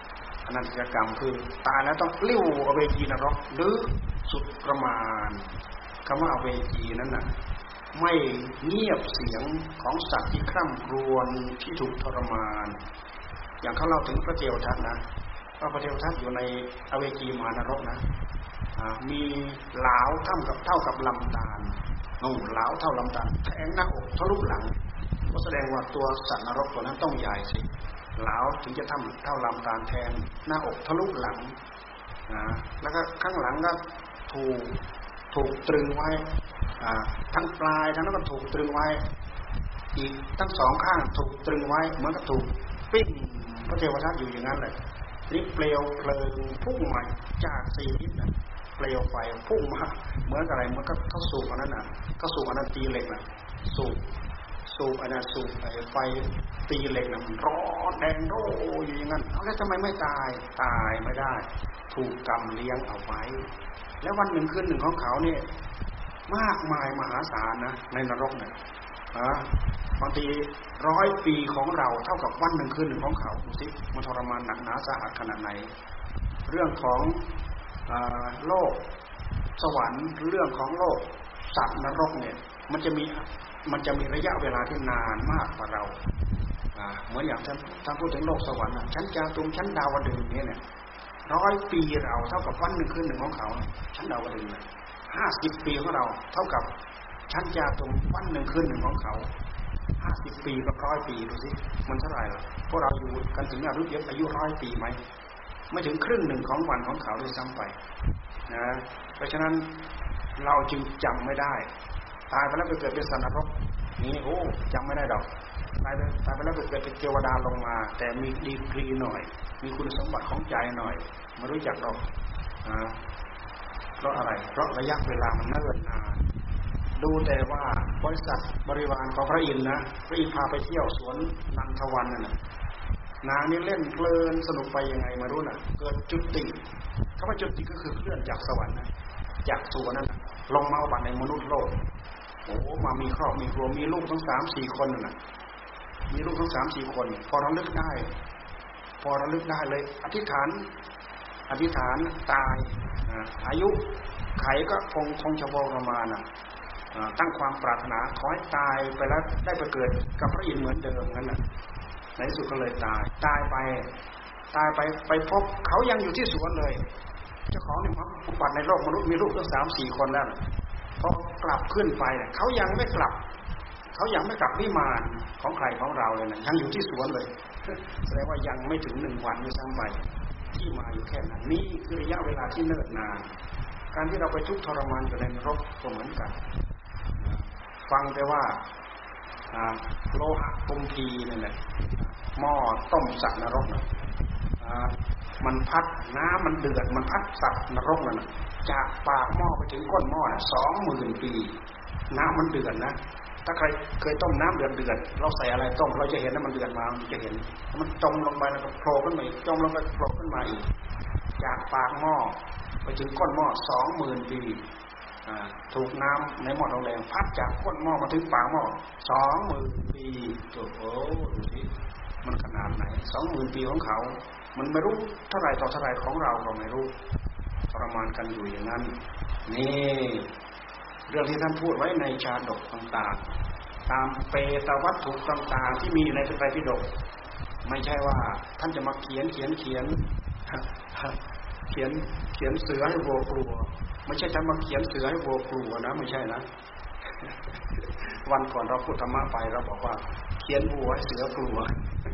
นันตกรรมคือตายแล้วต้องลิ้วอเวจีนรกหรือสุดประมาณคำว่าอเวจีนั้นน่ะไม่เงียบเสียงของสัตว์ที่คร่ำครวญที่ถูกทรมานอย่างเขาเล่าถึงพระเทวทัตนะว่าพระเทวทัตอยู่ในอเวจีมหานรกนะมีเหลาเท่ากับเท่ากับลำตาลนู่นเหลาเท่าลำตาลแทงหน้าอกทะลุหลังก็แสดงว่าตัวสัตว์นรกตัวนั้นต้องใหญ่สิเหลาถึงจะทำเท่าลำตาลแทงหน้าอกทะลุหลังนะแล้วก็ข้างหลังก็ถูกถูกตรึงไว้ทั้งปลายทั้งนั้นก็ถูกตรึงไว้อีกทั้งสองข้างถูกตรึงไว้เหมือนกับถูกปิ้งพระเทวทัตอยู่อย่างนั้นเลยนี่เปลวเพลิงพุ่งมาจากสี่ทิศนะเปลวไฟพุ่งมาเหมือนอะไรเหมือนกับเข้าสูบอันนั้นน่ะเข้าสูบอันนั้นตีเหล็กน่ะสูบสูบอันนั้นสูบไอ้ไฟตีเหล็กน่ะมันร้อนแดงโร่อยู่อย่างนั้นเอาแล้วทำไมไม่ตายตายไม่ได้ถูกกรรมเลี้ยงเอาไว้แล้ววันหนึ่งคืนหนึ่งของเขาเนี่ยมากมายมหาศาลนะในนรกเนี่ยนะบางทีร้อยปีของเราเท่ากับวันหนึ่งคืนหนึ่งของเขาดูสิมันทรมานหนักหนาสาหัสขนาดไหนเรื่องของโลกสวรรค์เรื่องของโลกสัตว์นรกเนี่ยมันจะมีมันจะมีระยะเวลาที่นานมากกว่าเราเหมือนอย่างท่านท่านพูดถึงโลกสวรรค์ชั้นจาตุมชั้นดาวดึงส์เนี่ยร้อยปีเราเท่ากับวันหนึ่งคืนหนึ่งของเขาชั้นดาวดึงส์ห้าสิบปีของเราเท่ากับชั้นจาตุมวันหนึ่งคืนหนึ่งของเขาห้าสิบปีกับร้อยปีดูสิมันเท่าไหร่ล่ะพวกเราอยู่กันถึงอายุเยอะอายุร้อยปีไหมไม่ถึงครึ่งหนึ่งของวันของเขาด้วยซ้ำไปนะเพราะฉะนั้นเราจึงจำไม่ได้ตายไปแล้วไปเกิดเป็นสัตว์นรกนี่โอ้จำไม่ได้ดอกตายไปตายไปแล้วไปเกิดเป็นเทวดาลงมาแต่มีดีกรีหน่อยมีคุณสมบัติของใจหน่อยไม่รู้จักหรอกนะเพราะอะไรเพราะระยะเวลามันเนิ่นนานดูแต่ว่าบริษัทบริวารของพระอินทร์นะพระอินทร์พาไปเที่ยวสวนนันทวันนั่นน่ะนางนี่เล่นเพลินสนุกไปยังไงไม่รู้น่ะเกิดจุติคำว่าจุติก็คือเคลื่อนจากสวรรค์นะจากสวนนั้นลงมาอุบัติในมนุษย์โลกโอ้มามีครอบมีครัวมีลูกทั้งสามสี่คนน่ะมีลูกทั้งสามสี่คนพอระลึกได้พอระลึกได้เลยอธิษฐานอธิษฐานตายอายุไขก็คงคงจะวรประมาณน่ะตั้งความปรารถนาขอให้ตายไปแล้วได้ไปเกิดกับพระอินทร์เหมือนเดิมนั่นน่ะในที่สุดก็เลยตายตายไปตายไปไปพบเขายังอยู่ที่สวนเลยเจ้าของเนี่ยเขาอุบัติในโลกมนุษย์มีลูกตั้งสามสี่คนแล้วพอกลับขึ้นไปเขายังไม่กลับเขายังไม่กลับวิมานของใครของเราเลยนะยังอยู่ที่สวนเลยแสดงว่ายังไม่ถึงหนึ่งวันด้วยซ้ำไปที่มาอยู่แค่นั้นนี่คือระยะเวลาที่เนิ่นนานการที่เราไปทุกข์ทรมานอยู่ในนรกก็เหมือนกันฟังแต่ว่าโลหะกุมพีนั่นแหละหม้อต้มสัตว์นรกนะมันพัดน้ำมันเดือดมันพัดสัตว์นรกนั่นจากปากหม้อไปถึงก้นหม้อน่ะสองหมื่นปีน้ำมันเดือดนะถ้าใครเคยต้มน้ำเดือดเดือดเราใส่อะไรต้มเราจะเห็นว่ามันเดือดมามันจะเห็นมันจมลงไปแล้วก็โผล่ขึ้นมาอีกจมลงไปโผล่ขึ้นมาอีกจากปากหม้อไปถึงก้นหม้อสองหมื่นปีถูกน้ำในหม้อทองแดงพัดจากก้นหม้อมาถึงปากหม้อสองหมื่นปีโอ้ดูสิมันขนาดไหนสองหมื่นปีของเขามันไม่รู้เท่าไรต่อเท่าไรของเราเราไม่รู้ทรมานกันอยู่อย่างนั้นนี่เรื่องที่ท่านพูดไว้ในชาดกต่างๆตามเปตวัตถุต่างๆที่มีในพระไตรปิฎกไม่ใช่ว่าท่านจะมาเขียนเขียนเขียนเขียนเขียนเสือให้วัวกลัวไม่ใช่ท่านมาเขียนเสือให้วัวกลัวนะไม่ใช่นะวันก่อนเราพูดธรรมะไปเราบอกว่าเขียนวัวให้เสือกลัว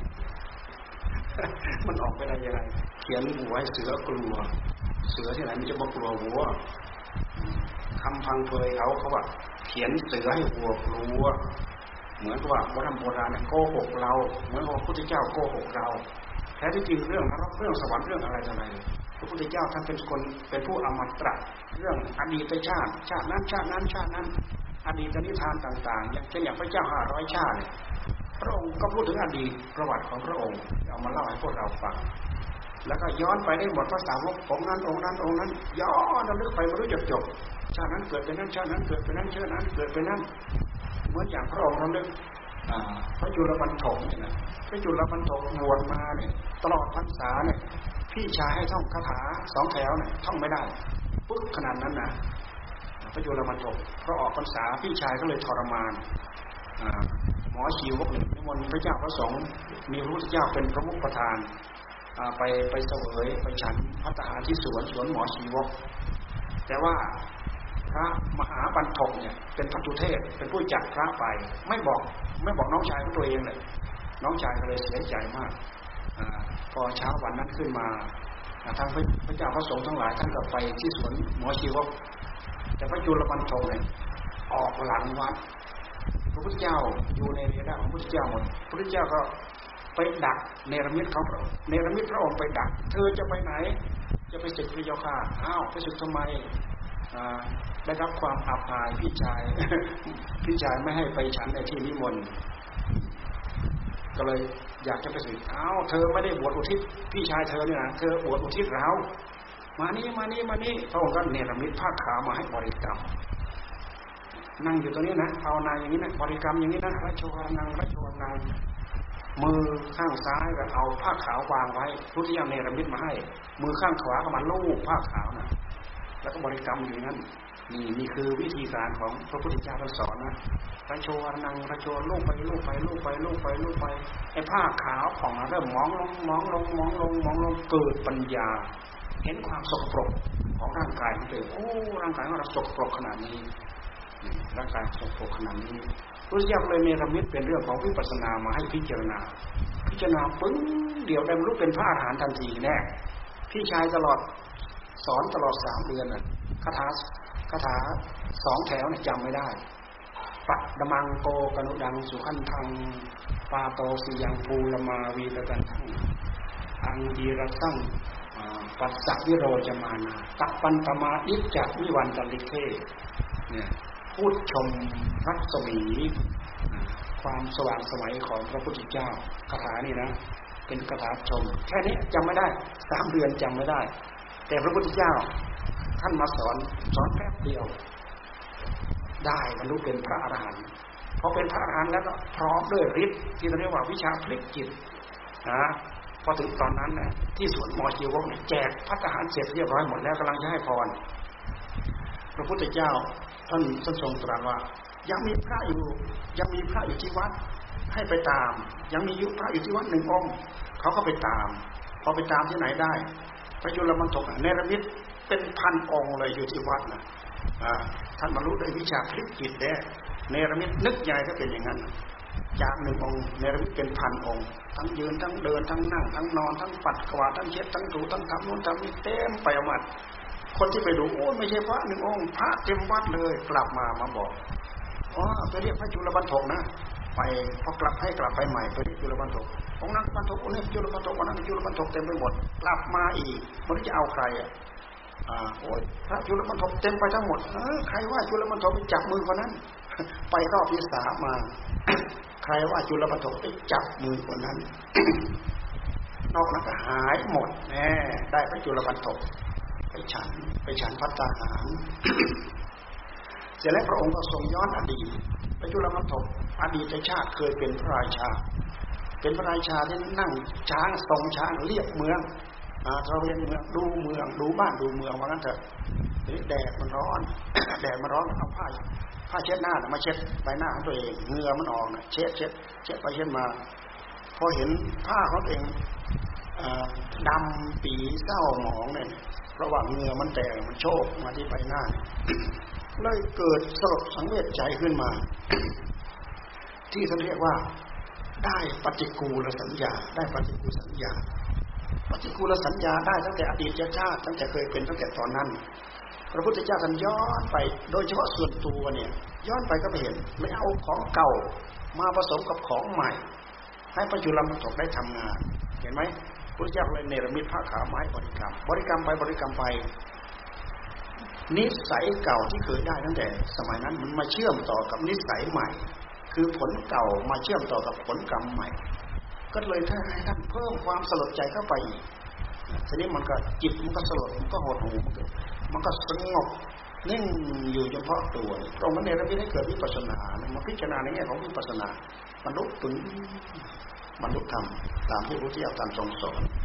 มันออกไปได้ยังไงเขียนวัวให้เสือกลัวเสือที่ไหนมันจะมากลัววัวคำพังเพยเขาเขาว่าเขียนเสือให้วัวกลัวเหมือนกับว่าโบราณโบราณเนี่ยโกหกเราเหมือนกับพระพุทธเจ้าโกหกเราแท้ที่จริงเรื่องนรกเรื่องสวรรค์เรื่องอะไรต่ออะไรพระพุทธเจ้าท่านเป็นคนเป็นผู้อมตะเรื่องอดีตชาติชาตินั้นชาตินั้นชาตินั้นอดีตนิทานต่างๆอย่างเช่นอย่างพระเจ้าห้าร้อยชาติพระองค์ก็พูดถึงอดีตประวัติของพระองค์เอามาเล่าให้พวกเราฟังแล้วก็ย้อนไปได้หมดภาษาวกองนั้นองค์นั้นองค์นั้นย้อนระลึกไปไม่รู้จบจบชาตินั้นเกิดเป็นนั้นชาตินั้นเกิดเป็นนั้นชาตินั้นเกิดเป็นนั้นเหมือนอย่างพระองค์ระลึกพระจุลปันถกเนี่ยนะพระจุลปันถกบวชมาเนี่ยตลอดพรรษาเนี่ยพี่ชายให้ท่องคาถาสองแถวเนี่ยท่องไม่ได้ปึ๊กขนาดนั้นนะพระจุลมันทกเพราะออกพรรษาพี่ชายก็เลยทรมานหมอชีวกหนึ่งนิมนต์พระเจ้าพระสงฆ์มีพระพุทธเจ้าเป็นพระมุขประธานไปไปเสวยไปฉันภัตตาหารที่สวนสวนหมอชีวกแต่ว่าพระมหาบรรทกเนี่ยเป็นพระตุเทศเป็นผู้จัดพระไปไม่บอกไม่บอกน้องชายของตัวเองเลยน้องชายก็เลยเสียใจมากอพอเช้าวันนั้นขึ้นมาทางพระเจ้าพระสงฆ์ทั้งหลายท่านก็ไปที่สวนหมอชีวกแต่พระจุลบรรทกเนี่ยออกหลังวัดพระพุทธเจ้าอยู่ในเรือของพระพุทธเจ้าหมดพระพุทธเจ้าก็ไปดักเนรมิตเขาเนรมิตพระองค์ไปดักเธอจะไปไหนจะไปศึกพระเจ้าค่ะอ้าวไปศึกทำไมได้รับความอับอายพี่ชายพี่ชายไม่ให้ไปฉันในที่นิมนต์ก็เลยอยากจะไปศึกอ้าวเธอไม่ได้บวชอุทิศพี่ชายเธอเนี่ยนะเธอบวชอุทิศเรามานี่มานี่มานี่พระองค์ก็เนรมิตผ้าขาวมาให้บริกรรมนั่งอยู่ตรงนี้นะภาวนาอย่างนี้นะบริกรรมอย่างนี้นะรัชวานังรัชวานังมือข้างซ้ายก็เอาผ้าขาววางไว้พุทธิยามเนรมิตมาให้มือข้างขวาก็มาลูบผ้าขาวนะแล้วก็บริกรรมอยู่นั้นนี่นี่คือวิธีการของพระพุทธเจ้าท่านสอนนะรัชวานังรัชวาลูบไปลูบไปลูบไปลูบไปลูบไปไอ้ผ้าขาวของเริ่มมองลงมองลงมองลงมองลงเกิดปัญญาเห็นความสกปรกของร่างกายของตัวเองโอ้ร่างกายของเราสกปรกขนาดนี้ร่างกายสกปรกขนาดนี้พระเจ้าเลยเนรมิตเป็นเรื่องของวิปัสสนามาให้พิจารณาพิจารณาปึ้งเดี๋ยวได้บรรลุเป็นพระอรหันต์ทันทีแน่พี่ชายตลอดสอนตลอดสามเดือนน่ะคาถาคาถาสองแถวเนี่ยจำไม่ได้ปัดดมังโกกนุดังสุขันทังปาโตสิยังภูลมาวีตกันทังอังกีรสังปัสสะวิโรจมานาตัปปันตมาอิจจวิวันตลิเทเนี่ยพูดชมรัศมีความสว่างไสวของพระพุทธเจ้าคาถานี่นะเป็นคาถาชมแค่นี้จำไม่ได้สามเดือนจำไม่ได้แต่พระพุทธเจ้าท่านมาสอนสอนแป๊บเดียวได้บรรลุเป็นพระอรหันต์พอเป็นพระอรหันต์แล้วก็พร้อมด้วยฤทธิ์ที่เรียกว่าวิชาพลิกจิตนะพอถึงตอนนั้นเนี่ยที่สวนหมอชีวกเนี่ยแจกภัตตาหารเสร็จเรียบร้อยหมดแล้วกำลังจะให้พรพระพุทธเจ้าท่านทรงตรัสว่ายังมีพระอยู่ยังมีพระอยู่ที่วัดให้ไปตามยังมียุพระอยู่ที่วัดหนึ่งองค์เขาก็ไปตามพอไปตามที่ไหนได้พระจุลมันทกเนรมิตเป็นพันองค์เลยอยู่ที่วัดนะท่านบรรลุด้วยวิชาพลิกจิตได้เนรมิตนึกใหญ่ก็เป็นอย่างนั้นจากหนึ่งองค์เนรมิตเป็นพันองค์ทั้งยืนทั้งเดินทั้งนั่งทั้งนอนทั้งปัดกวาดทั้งเช็ดทั้งถูทั้งทำโน้นทำนี่เต็มไปหมดคนที่ไปดูโอ้ไม่ใช่พระหนึ่งองค์พระเต็มวัดเลยกลับมามาบอกอ๋อไปเรียกพระจุลบรรทกนะไปพอกลับให้กลับไปใหม่ไปเรียกจุลบรรทกองค์นั้นบรรทกองค์นี้จุลบรรทกองค์นั้นจุลบรรทกเต็มไปหมดกลับมาอีกมันจะเอาใครอ่ะอ่าโอ้ยพระจุลบรรทกเต็มไปทั้งหมดเออใครว่าจุลบรรทกไปจับมือคนนั้นไปรอบที่สามมาใครว่าจุลบรรทกไปจับมือคนนั้นนอกนั้นก็หายหมดแน่ได้พระจุลบรรทกไปฉันไปฉันภัตตาหารเสร็จแล้วพระองค์ก็ทรงย้อนอดีตพระจุลบรรทกอดีตชาติเคยเป็นพระราชาเป็นพระราชาที่นั่งช้างทรงช้างเรียบเมืองตระเวนเมืองดูเมืองดูบ้านดูเมืองว่างั้นเถอะแดดมันร้อนแดดมันร้อนเอาผ้าผ้าเช็ดหน้ามาเช็ดใบหน้าของตัวเองเหงื่อมันออกเช็ดเช็ดเช็ดไปเช็ดมาพอเห็นผ้าของตัวเองดำปีเศร้าหมองเนี่ยเพราะว่าเหงื่อมันแตกมันโชกมาที่ใบหน้าเลยเกิดสลดสังเวชใจขึ้นมาที่ท่านเรียกว่าได้ปฏิกูลสัญญาได้ปฏิกูลสัญญาปฏิกูลสัญญาได้ตั้งแต่อดีตชาติตั้งแต่เคยเป็นตั้งแต่ตอนนั้นพระพุทธเจ้าท่านย้อนไปโดยเฉพาะส่วนตัวเนี่ยย้อนไปก็ไปเห็นไม่เอาของเก่ามาผสมกับของใหม่ให้พระจุลบรรทกได้ทำงานเห็นไหมพระเจ้าเลยเนรมิตผ้าขาวไม้บริกรรมบริกรรมไปบริกรรมไปนิสัยเก่าที่เคยได้ตั้งแต่สมัยนั้นมันมาเชื่อมต่อกับนิสัยใหม่คือผลเก่ามาเชื่อมต่อกับผลกรรมใหม่ก็เลยถ้าให้ท่านเพิ่มความสลดใจเข้าไปอีกทีนี้มันก็จิตมันก็สลดมันก็หดหู่มันก็สงบนิ่งอยู่เฉพาะตัวตรงนั้นเนี่ยเราไม่ได้เกิดวิปัสสนามาพิจารณาในแง่ของวิปัสสนาบรรลุถึงบรรลุธรรมตามที่พระพุทธเจ้าท่านทรงสอน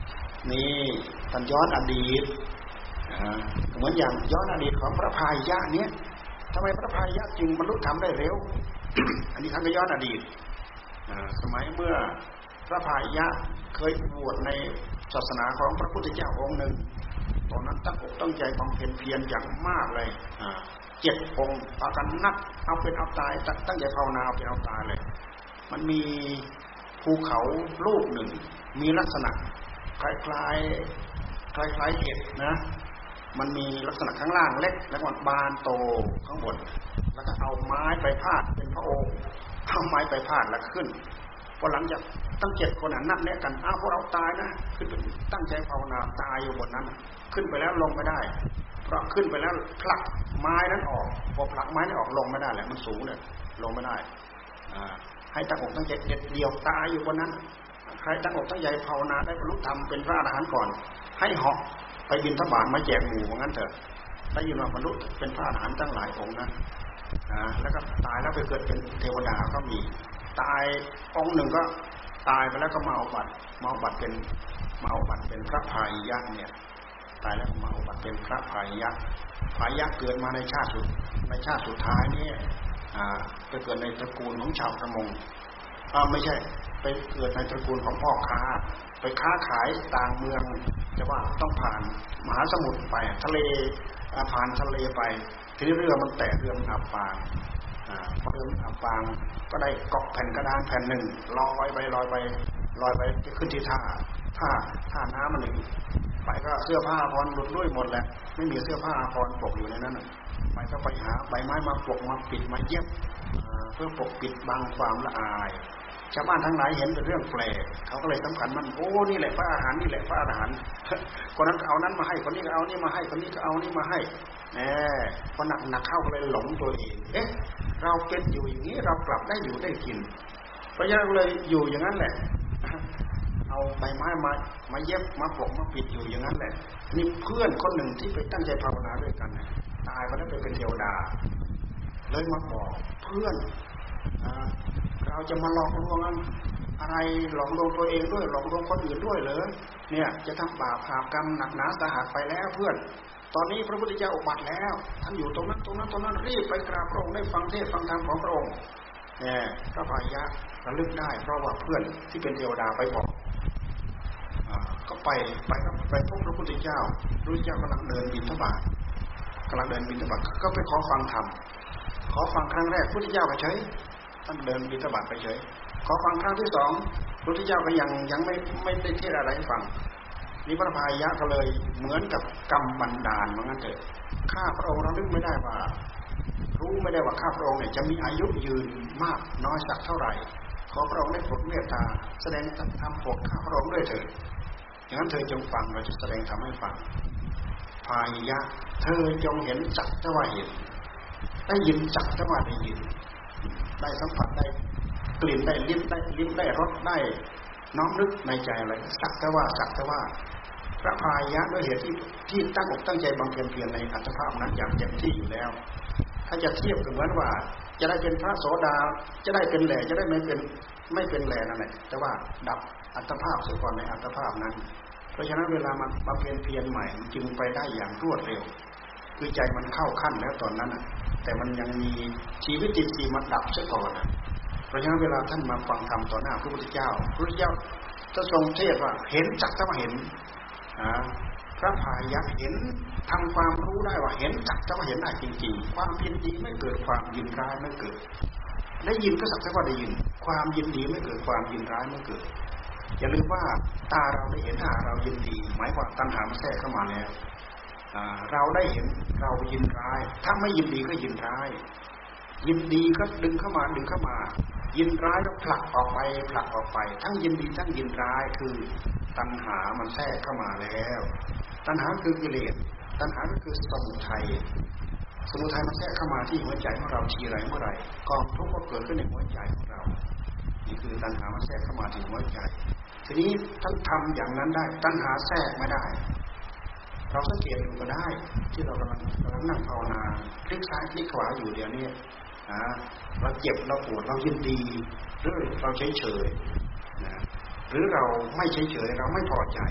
นี่ท่านย้อนอดีตเหมือนอย่างย้อนอดีตของพระพายยะเนี้ยทำไมพระพายยะจึงบรรลุธรรมได้เร็ว อันนี้ท่านก็ย้อนอดีตสมัยเมื่อพระพายะเคยบวชในศาสนาของพระพุทธเจ้าองค์หนึ่งตอนนั้นตั้งอกตั้งใจบำเพ็ญเพียรอย่างมากเลยเจ็ดองค์พากันนัดเอาเป็นเอาตายตั้งใจภาวนาเอาเป็นเอาตายเลยมันมีภูเขาลูกหนึ่งมีลักษณะคล้ายๆคล้ายๆเห็ดนะมันมีลักษณะข้างล่างเล็กแล้วมันบานโตข้างบนแล้วก็เอาไม้ไปพาดเป็นพระองค์เอาไม้ไปพาดแล้วขึ้นพอหลังจากตั้งเจ็ดคนนั้นนัดแนะกันอ้าวพวกเราตายนะขึ้นไปตั้งใจภาวนาตายอยู่บนนั้นขึ้นไปแล้วลงไม่ได้เพราะขึ้นไปแล้วผลักไม้นั้นออกพอผลักไม้นั้นออกลงไม่ได้แหละมันสูงเลยลงไม่ได้ให้ตั้งอกตั้งใจเด็ดเดียวตายอยู่บนนั้นใครตั้งอกตั้งใจภาวนาได้บรรลุธรรมเป็นพระอรหันต์ก่อนให้เหาะไปบิณฑบาตมาแจกหมู่ว่างั้นเถอะได้ยินว่าบรรลุเป็นพระอรหันต์ตั้งหลายองค์นะแล้วก็ตายแล้วไปเกิดเป็นเทวดาก็มีตายองค์หนึ่งก็ตายไปแล้วก็มาเอาบัตรมาเอาบัตรเป็นมาเอาบัตรเป็นพระพายยะเนี่ยตายแล้วมาเอาบัตรเป็นพระพายยะพายยะเกิดมาในชาติสุดในชาติสุดท้ายนี่ไปเกิดในตระกูลของชาวประมงอ่าไม่ใช่ไปเกิดในตระกูลของพ่อค้าไปค้าขายต่างเมืองแต่ว่าต้องผ่านมหาสมุทรไปทะเลผ่านทะเลไปทีนี้เรือมันแตกเรือมันอับปางพอเรือมันอับปางก็ได้เกาะแผ่นกระดานแผ่นหนึ่งลอยไปลอยไปลอยไปจะขึ้นที่ท่าท่าท่าน้ำมันหนึ่งไปก็เสื้อผ้าพรหลุดลุ่ยหมดแหละไม่มีเสื้อผ้าพรปกอยู่ในนั้นไปก็ไปหาใบไม้มาปกมาปิดมาเย็บเพื่อปกปิดบังความละอายชาวบ้านทั้งหลายเห็นเป็นเรื่องแปลกเขาก็เลยสำคัญมันโอ้นี่แหละพระอรหันต์นี่แหละพระอรหันต์คนนั้นเอานั้นมาให้คนนี้ก็เอานี่มาให้คนนี้ก็เอานี่มาให้แหมพอหนักหนักเข้าก็เลยหลงตัวเองเอ๊ะเราเป็นอยู่อย่างนี้เรากลับได้อยู่ได้กินเพราะฉะนั้นเลยอยู่อย่างนั้นแหละเอาใบไม้มามาเย็บมาปกมาปิดอยู่อย่างนั้นแหละนี่เพื่อนคนหนึ่งที่ไปตั้งใจภาวนาด้วยกันตายไปแล้วไปเป็นเทวดาเลยมาบอกเพื่อนเราจะมาหลอกลวงอะไรหลอกลวงตัวเองด้วยหลอกลวงคนอื่นด้วยเหรอเนี่ยจะทำบาปหาบกรรมหนักหนาสาหัสไปแล้วเพื่อนตอนนี้พระพุทธเจ้าอุบัติแล้วท่านอยู่ตรงนั้นตรงนั้นตรงนั้นรีบไปกราบพระองค์ได้ฟังเทศฟังธรรมของพระองค์เนี่ยพระพายะระลึกได้เพราะว่าเพื่อนที่เป็นเทวดาไปบอกก็ไปไปไปพบพระพุทธเจ้าพระพุทธเจ้ากำลังเดินบิณฑบาตกำลังเดินบิณฑบาตก็ไปขอฟังธรรมขอฟังครั้งแรกพระพุทธเจ้าไปเฉยท่านเดินบิณฑบาตไปเฉยขอฟังครั้งที่สองพระพุทธเจ้าก็ยังยังไม่ไม่ได้เทศอะไรให้ฟังนี่พระพายะก็เลยเหมือนกับกรรมบันดาลเหมือนกันเถอะข้าพระองค์เรานึกไม่ได้ว่ารู้ไม่ได้ว่าข้าพระองค์เนี่ยจะมีอายุยืนมากน้อยสักเท่าไหร่ขอพระองค์ได้โปรดเมตตาแสดงธรรมโปรดข้าพระองค์ด้วยเถิดอย่างนั้นเธอจงฟังเราจะแสดงธรรมให้ฟังพายะเธอจงเห็นจักเท่าว่าเห็นได้ยินจักเท่าว่าได้ยินได้สัมผัสได้กลิ่นได้ลิ้มได้ลิ้มได้รสได้น้อมนึกในใจอะไรสักแต่ว่าสักแต่ว่าพระพายะด้วยเหตุที่ที่ตั้งอกตั้งใจบำเพ็ญเพียรในอัตภาพนั้นอย่างเต็มที่อยู่แล้วถ้าจะเทียบกันเหมือนว่าจะได้เป็นพระโสดาจะได้เป็นแหล่จะได้ไม่เป็นไม่เป็นแหล่นั่นแหละแต่ว่าดับอัตภาพเสียก่อนในอัตภาพนั้นเพราะฉะนั้นเวลามันบำเพ็ญเพียรใหม่จึงไปได้อย่างรวดเร็วคือใจมันเข้าขั้นแล้วตอนนั้นแต่มันยังมีชีวิตจิตสีมันดับเสียก่อนเพราะฉะนั้นเวลาท่านมาฟังธรรมต่อหน้าพระพุทธเจ้าพระพุทธเจ้าจะทรงเทศว่าเห็นจักเท่าว่าเห็นพระพายะเห็นทำความรู้ได้ว่าเห็นจักเท่าว่าเห็นได้จริงๆความยินดีไม่เกิดความยินร้ายไม่เกิดได้ยินก็สักแต่ว่าได้ยินความยินดีไม่เกิดความยินร้ายไม่เกิดอย่าลืมว่าตาเราได้เห็นตาเรายินดีหมายความตัณหามันแทรกเข้ามาแล้วเราได้เห็นเรายินร้ายถ้าไม่ยินดีก็ยินร้ายยินดีก็ดึงเข้ามาดึงเข้ามายินร้ายก็ผลักออกไปผลักออกไปทั้งยินดีทั้งยินร้ายคือตัณหามันแทรกเข้ามาแล้วตัณหาคือกิเลสตัณหาก็คือสมุทัยสมุทัยมันแทรกเข้ามาที่หัวใจของเราทีไรเมื่อไรกองทุกข์ก็เกิดขึ้นในหัวใจของเรานี่คือตัณหามันแทรกเข้ามาที่หัวใจทีนี้ท่านทำอย่างนั้นได้ตัณหาแทรกไม่ได้เราสังเกตดูก็ได้ที่เรากำลังกำลังนั่งภาวนาคลิกซ้ายคลิกขวาอยู่เดี๋ยวนี้เราเจ็บเราปวดเรายินดีหรือเราเฉยเฉยหรือเราไม่เฉยเฉยเราไม่พอใจ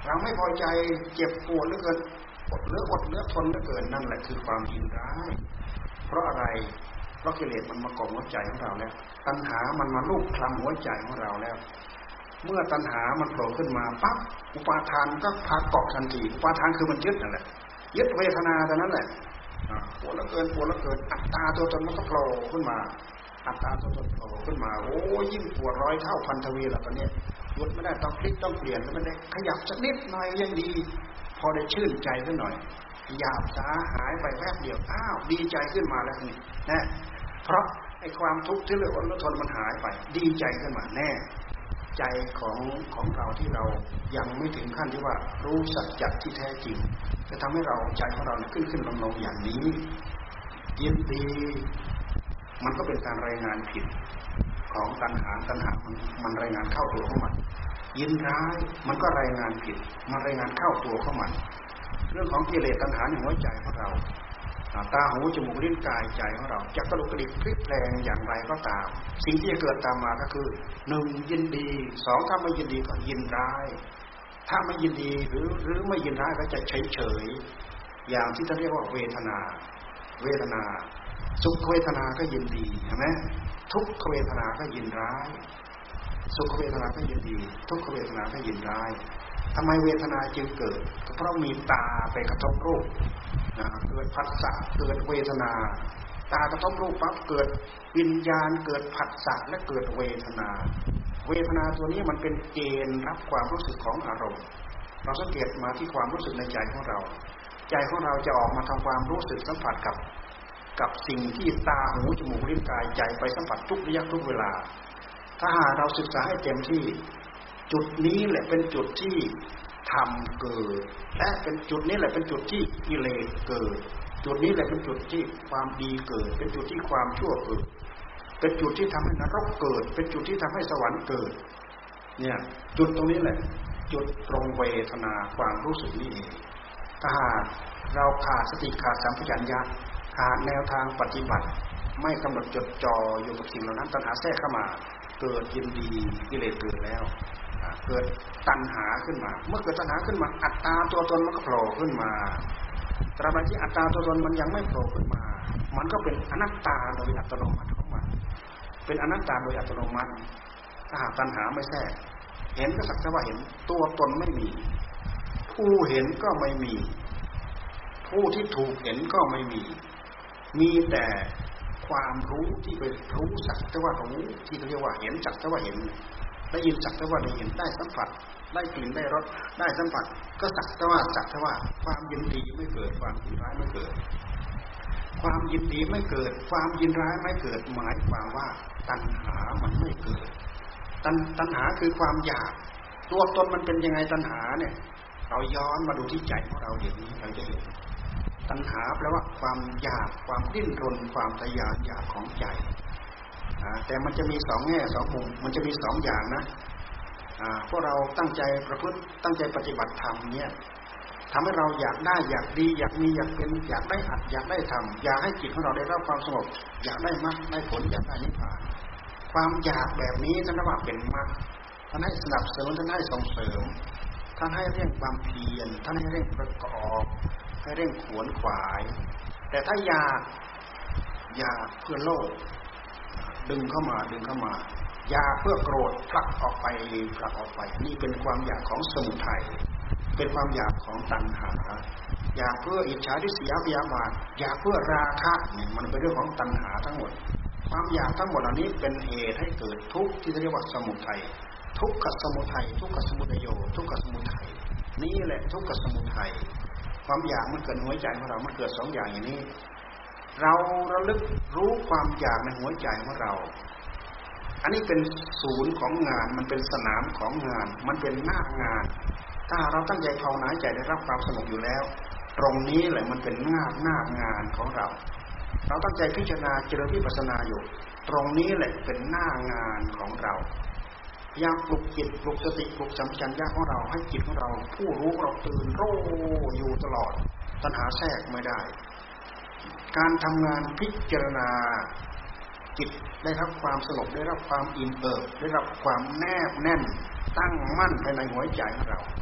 เราไม่พอใจเจ็บปวดเหลือเกินอดเหลืออดเหลือทนเหลือเกินนั่นแหละคือความยินร้ายเพราะอะไรเพราะกิเลสมันมากล่อมหัวใจของเราแล้วตัณหามันมาลูบคลำหัวใจของเราแล้วเมื่อตัณหามันโผล่ขึ้นมาปั๊บอุปาทานก็พาเกาะทันทีอุปาทานคือมันยึดนั่นแหละยึดเวทนาแต่นั้นแหละปวดแล้วเกินปวดแล้วเกินอัตตาตัวตนมันก็โผล่ขึ้นมาอัตตาตัวตนโผล่ขึ้นมาโอ้ยิ่งปวดร้อยเท่าพันทวีแล้วตอนนี้หยุดไม่ได้ต้องพลิกต้องเปลี่ยนแล้วมันได้ขยับสักนิดหน่อยยังดีพอได้ชื่นใจสักหน่อยหยาบสาหายไปแป๊บเดียวอ้าวดีใจขึ้นมาแล้วนี่แน่เพราะไอ้ความทุกข์ที่เหลืออดทนมันหายไปดีใจขึ้นมาแน่ใจของของเราที่เรายังไม่ถึงขั้นที่ว่ารู้สัจจะที่แท้จริงจะทำให้เราใจของเราเนี่ยขึ้นขึ้นลงลงอย่างนี้ยินดีมันก็เป็นการรายงานผิดของตัณหาตัณหามันมันรายงานเข้าตัวของมันยินร้ายมันก็รายงานผิดมันรายงานเข้าตัวของมันเรื่องของกิเลสตัณหาในหัวใจของเราตาหูจมูกลิ้นกายใจของเราจะกระดุกกระดิกพลิกแปลงอย่างไรก็ตามสิ่งที่จะเกิดตามมาก็คือหนึ่งยินดีสองถ้าไม่ยินดีก็ยินร้ายถ้าไม่ยินดีหรือหรือไม่ยินร้ายก็จะเฉยเฉยอย่างที่ท่านเรียกว่าเวทนาเวทนาสุขเวทนาก็ยินดีเห็นไหมทุกขเวทนาก็ยินร้ายสุขเวทนาก็ยินดีทุกขเวทนาก็ยินร้ายทำไมเวทนาจึงเกิดก็เพราะมีตาไปกระทบรูปนะเกิดผัสสะเกิดเวทนาตากระทบรูปปั๊บเกิดวิญญาณเกิดผัสสะและเกิดเวทนาเวทนาตัวนี้มันเป็นเกณฑ์รับความรู้สึกของอารมณ์เราสังเกตมาที่ความรู้สึกในใจของเราใจของเราจะออกมาทำความรู้สึกสัมผัสกับกับสิ่งที่ตาหูจมูกลิ้นกายใจไปสัมผัสทุกระยะทุกเวลาถ้าหากเราศึกษาให้เต็มที่จุดนี้แหละเป็นจุดที่ธรรมเกิดและเป็นจุดนี้แหละเป็นจุดที่กิเลสเกิดจุดนี้แหละเป็นจุดที่ความดีเกิดเป็นจุดที่ความชั่วเกิดเป็นจุดที่ทำให้นรกเกิดเป็นจุดที่ทำให้สวรรค์เกิดเนี่ยจุดตรงนี้แหละจุดตรงเวทนาความรู้สึกนี้เองถ้าหากเราขาดสติขาดสัมปชัญญะขาดแนวทางปฏิบัติไม่กำหนดจดจ่ออยู่กับสิ่งเหล่านั้นตัณหาแทรกเข้ามาเกิดยินดีกิเลสเกิดแล้วเกิดตัณหาขึ้นมาเมื่อเกิดตัณหาขึ้นมาอัตตาตัวตนมันก็โผล่ขึ้นมาตราบใดที่อัตตาตัวตนมันยังไม่โผล่ขึ้นมามันก็เป็นอนัตตาโดยอัตโนมัติของมันเป็นอนัตตาโดยอัตโนมัติถ้าหากตัณหาไม่แทรกเห็นก็สักแต่ว่าเห็นตัวตนไม่มีผู้เห็นก็ไม่มีผู้ที่ถูกเห็นก็ไม่มีมีแต่ความรู้ที่ไปรู้สักแต่ว่ารู้ที่เรียกว่าเห็นสักแต่ว่าเห็นได้ยินสักแต่ว่าได้ยินได้สัมผัสได้กลิ่นได้รสได้สัมผัสก็สักแต่ว่าสักแต่ว่าความยินดีไม่เกิดความยินร้ายไม่เกิดความยินดีไม่เกิดความยินร้ายไม่เกิดหมายความว่าตัณหามันไม่เกิดตัณตัณหาคือความอยากตัวตนมันเป็นยังไงตัณหาเนี่ยเราย้อนมาดูที่ใจของเราเดี๋ยวนี้เราจะเห็นตัณหาแปลว่าความอยากความดิ้นรนความทะยานอยากของใจแต่มันจะมีสองแง่สองมุมมันจะมีสองอย่างนะพวกเราตั้งใจประพฤติตั้งใจปฏิบัติธรรมเนี่ยทำให้เราอยากได้อยากดีอยากมีอยากเป็นอยากได้อัดอยากได้ทำอยากให้จิตของเราได้รับความสงบอยากได้มรรคได้ผลอยากได้นิพพานความอยากแบบนี้ท่านเรียกว่าเป็นมรรคท่านให้สนับสนุนท่านให้ส่งเสริมท่านให้เร่งความเพียรท่านให้เร่งประกอบให้เร่งขวนขวายแต่ถ้าอยากอยากเพื่อโลภดึงเข้ามาดึงเข้ามาอยากเพื่อโกรธผลักออกไปผลักออกไปนี่เป็นความอยากของสมุทัยเป็นความอยากของตัณหาอยากเพื่ออิจฉาริษยาพยาบาทอยากเพื่อราคะเนี่ยมันเป็นเรื่องของตัณหาทั้งหมดความอยากทั้งหมดเหล่านี้เป็นเหตุให้เกิดทุกข์ที่เรียกว่าสมุทัยทุกขสมุทัยทุกขสมุทัยโยทุกขสมุทัยนี่แหละทุกขสมุทัยความอยากมันเกิดหัวใจของเรามันเกิดสองอย่างอย่างนี้เราระลึกรู้ความอยากในหัวใจของเราอันนี้เป็นศูนย์ของงานมันเป็นสนามของงานมันเป็นหน้างานถ้าเราตั้งใจภาวนาใจได้รับความสงบอยู่แล้วตรงนี้แหละมันเป็นหน้าหน้างานของเราเราตั้งใจพิจารณาเจริญวิปัสสนาอยู่ตรงนี้แหละเป็นหน้างานของเราพยายามปลุกจิตปลุกสติปลุกสัมปชัญญะของเราให้จิตของเราผู้รู้เราตื่นรู้อยู่ตลอดตัณหาแทรกไม่ได้การทำงานพิจารณาจิตได้รับความสงบได้รับความอิ่มเอิบได้รับความแนบแน่นตั้งมั่นภายในหัวใจของเรา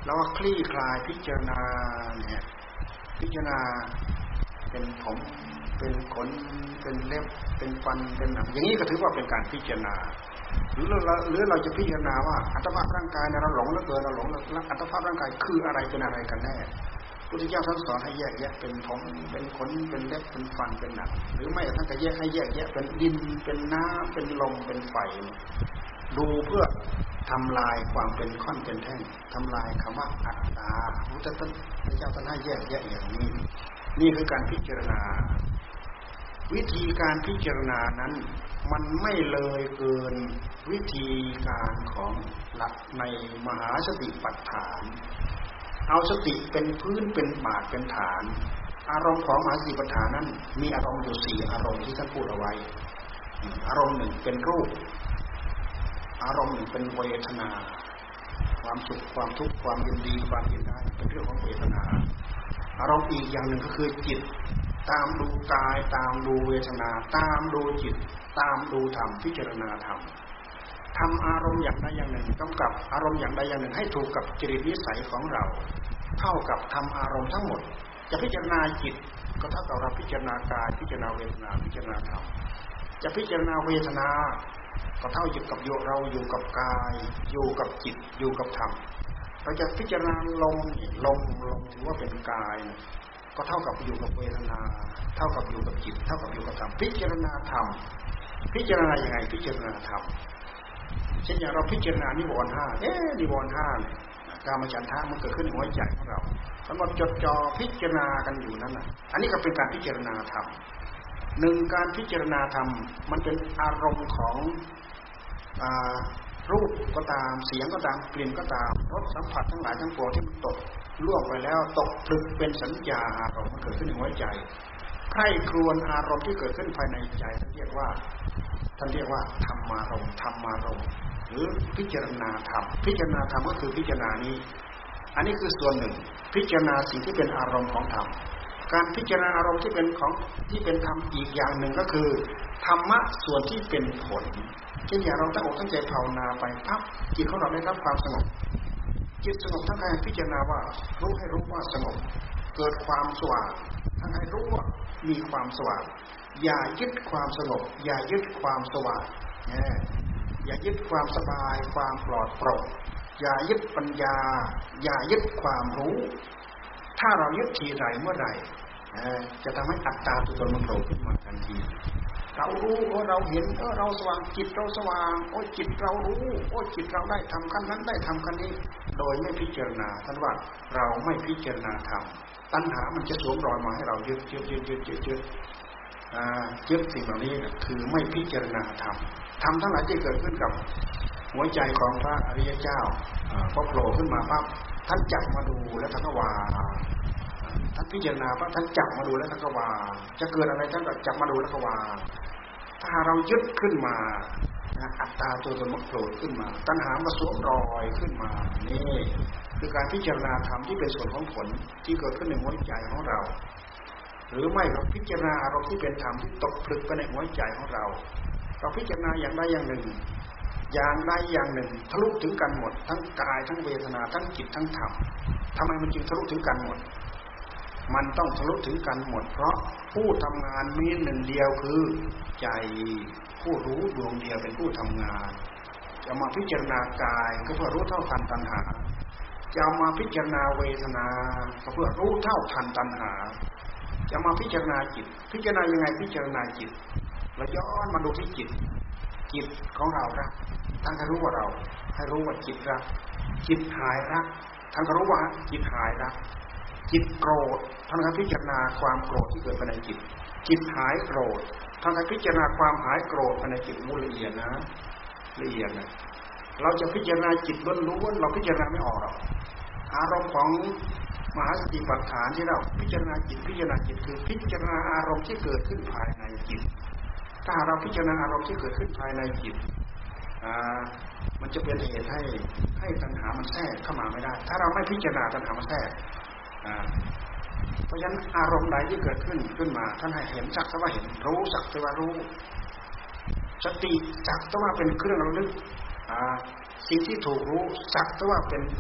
เราว่าคลี่คลายพิจารณาเนี่ยพิจารณาเป็นผมเป็นขนเป็นเล็บเป็นฟันเป็นหนังอย่างนี้ก็ถือว่าเป็นการพิจารณาหรือเราหรือเราจะพิจารณาว่าอัตภาพร่างกายเราหลงเหลือเกินเราหลงอัตภาพร่างกายคืออะไรเป็นอะไรกันแน่พุทธเจ้าท่านสอนให้แยกแยะเป็นผมเป็นขนเป็นเล็บเป็นฟันเป็นหนังหรือไม่ท่านก็แยกให้แยกแยะเป็นดินเป็นน้ำเป็นลมเป็นไฟดูเพื่อทำลายความเป็นข้อนเป็นแท่งทำลายคำว่าอัตตาพุทธเจ้าท่านให้แยกแยะอย่างนี้นี่คือการพิจารณาวิธีการพิจารณานั้นมันไม่เลยเกินวิธีการของหลักในมหาสติปัฏฐานเอาสติเป็นพื้นเป็นบาทเป็นฐานอารมณ์ของมหาสติปัฏฐานนั้นมีอารมณ์อยู่สี่อารมณ์ที่ท่านพูดเอาไว้อารมณ์หนึ่งเป็นรูปอารมณ์หนึ่งเป็นเวทนาความสุขความทุกข์ความยินดีความยินร้ายเป็นเรื่องของเวทนาอารมณ์อีกอย่างหนึ่งก็คือจิตตามดูกายตามดูเวทนาตามดูจิตตามดูธรรมพิจารณาธรรมทำอารมณ์อย่างใดอย่างหนึ่งกำกับอารมณ์อย่างใดอย่างหนึ่งให้ถูกกับจริตนิสัยของเราเท่ากับทำอารมณ์ทั้งหมดจะพิจารณาจิตก็เท่ากับเราพิจารณากายพิจารณาเวทนาพิจารณาธรรมจะพิจารณาเวทนาก็เท่าอยู่กับโยเราอยู่กับกายอยู่กับจิตอยู่กับธรรมเราจะพิจารณาลมลมลมถือว่าเป็นกายก็เท่ากับอยู่กับเวทนาเท่ากับอยู่กับจิตเท่ากับอยู่กับธรรมพิจารณาธรรมพิจารณาอย่างไรพิจารณาธรรมเช่นอย่างเราพิจารณานิวรณ์ห้าเอ๊ะนิวรณ์ห้ากามฉันทะมันเกิดขึ้นในหัวใจของเรากำหนดจดจ่อพิจารณากันอยู่นั้นน่ะอันนี้ก็เป็นการพิจารณาธรรมหนึ่งการพิจารณาธรรมมันเป็นอารมณ์ของอ่ารูปก็ตามเสียงก็ตามกลิ่นก็ตามรสสัมผัสทั้งหลายทั้งปวงที่มันตกล่วงไปแล้วตกผลึกเป็นสัญญาอารมณ์มันเกิดขึ้นในหัวใจใคร่ครวญอารมณ์ที่เกิดขึ้นภายในใจท่านเรียกว่าท่านเรียกว่าธรรมารมณ์ธรรมารมณ์หรือพิจารณาธรรมพิจารณาธรรมก็คือพิจารณานี้อันนี้คือส่วนหนึ่งพิจารณาสิ่งที่เป็นอารมณ์ของธรรมการพิจารณาอารมณ์ที่เป็นของที่เป็นธรรมอีกอย่างหนึ่งก็คือธรรมะส่วนที่เป็นผลเช่นอย่างเราตั้งอกตั้งใจภาวนาไปปั๊บจิตของเราได้รับความสงบจิตสงบทั้งกายพิจารณาว่ารู้ให้รู้ว่าสงบเกิดความสว่างทั้งให้รู้ว่ามีความสว่างอย่ายึดความสงบอย่ายึดความสว่างอย่ายึดความสบายความปลอดโปร่งอย่ายึดปัญญาอย่ายึดความรู้ถ้าเรายึดทีไรเมื่อไหร่จะทำให้อัตตาตัวตนมันโผล่ขึ้นมาทันทีเรารู้ว่าเราเห็นเออเราสว่างจิตเราสว่างโอ้จิตเรารู้โอ้จิตเราได้ทำขั้นนั้นได้ทำขั้นนี้โดยไม่พิจารณาท่านว่าเราไม่พิจารณาธรรมตัณหามันจะสวมรอยมาให้เรายึดยึดยึดยึดยึดยึดอ่ายึดสิ่งเหล่านี้คือไม่พิจารณาธรรมธรรมทั้งหลายที่เกิดขึ้นกับหัวใจของพระอริยเจ้าพอโผล่ขึ้นมาปั๊บท่านจับมาดูแล้วท่านก็วางท่านพิจารณาปั๊บท่านจับมาดูแล้วท่านก็วางจะเกิดอะไรท่านก็จับมาดูแล้วก็วางถ้าเรายึดขึ้นมาอัตตาตัวตนมันโผล่ขึ้นมาตัณหามาสวมรอยขึ้นมานี่คือการพิจารณาธรรมที่เป็นส่วนของผลที่เกิดขึ้นในหัวใจของเราหรือไม่เราพิจารณาอารมณ์ที่เป็นธรรมที่ตกผลึกไปในหัวใจของเราเราพิจารณาอย่างใดอย่างหนึ่งอย่างใดอย่างหนึ่งทะลุถึงกันหมดทั้งกายทั้งเวทนาทั้งจิตทั้งธรรมทำไมมันจึงทะลุถึงกันหมดมันต้องทะลุถึงกันหมดเพราะผู้ทำงานมีหนึ่งเดียวคือใจผู้รู้ดวงเดียวเป็นผู้ทำงานจะมาพิจารณากายก็เพื่อรู้เท่าทันตัณหาจะมาพิจารณาเวทนาก็เพื่อรู้เท่าทันตัณหาจะมาพิจารณาจิตพิจารณายังไงพิจารณาจิตเราย้อนมาดูที่จิตจิตของเรารักท่านก็รู้ว่าเราให้รู้ว่าจิตรักจิตหายรักท่านก็รู้ว่าจิตหายรักจิตโกรธท่านก็พิจารณาความโกรธที่เกิดภายในจิตจิตหายโกรธท่านก็พิจารณาความหายโกรธภายในจิตละเอียดนะละเอียดนะเราจะพิจารณาจิตล้วนๆเราพิจารณาไม่ออกหรอกอารมณ์ของมหาสติปัฏฐานที่เราพิจารณาจิตพิจารณาจิตคือพิจารณาอารมณ์ที่เกิดขึ้นภายในจิตถ้าเราพิจารณาอารมณ์ที่เกิดขึ้นภายในจิตอ่ามันจะเป็นเหตุให้ให้ตัณหามันแทรกเข้ามาไม่ได้ถ้าเราไม่พิจารณาตัณหามันแทรกเพราะฉะนั้นอารมณ์ใดที่เกิดขึ้นขึ้นมาท่านให้เห็นสักแต่ว่าเห็นรู้สักแต่ว่ารู้สติสักแต่ว่าเป็นเครื่องระลึกสิ่งที่ถูกรู้สักแต่ว่าเป็น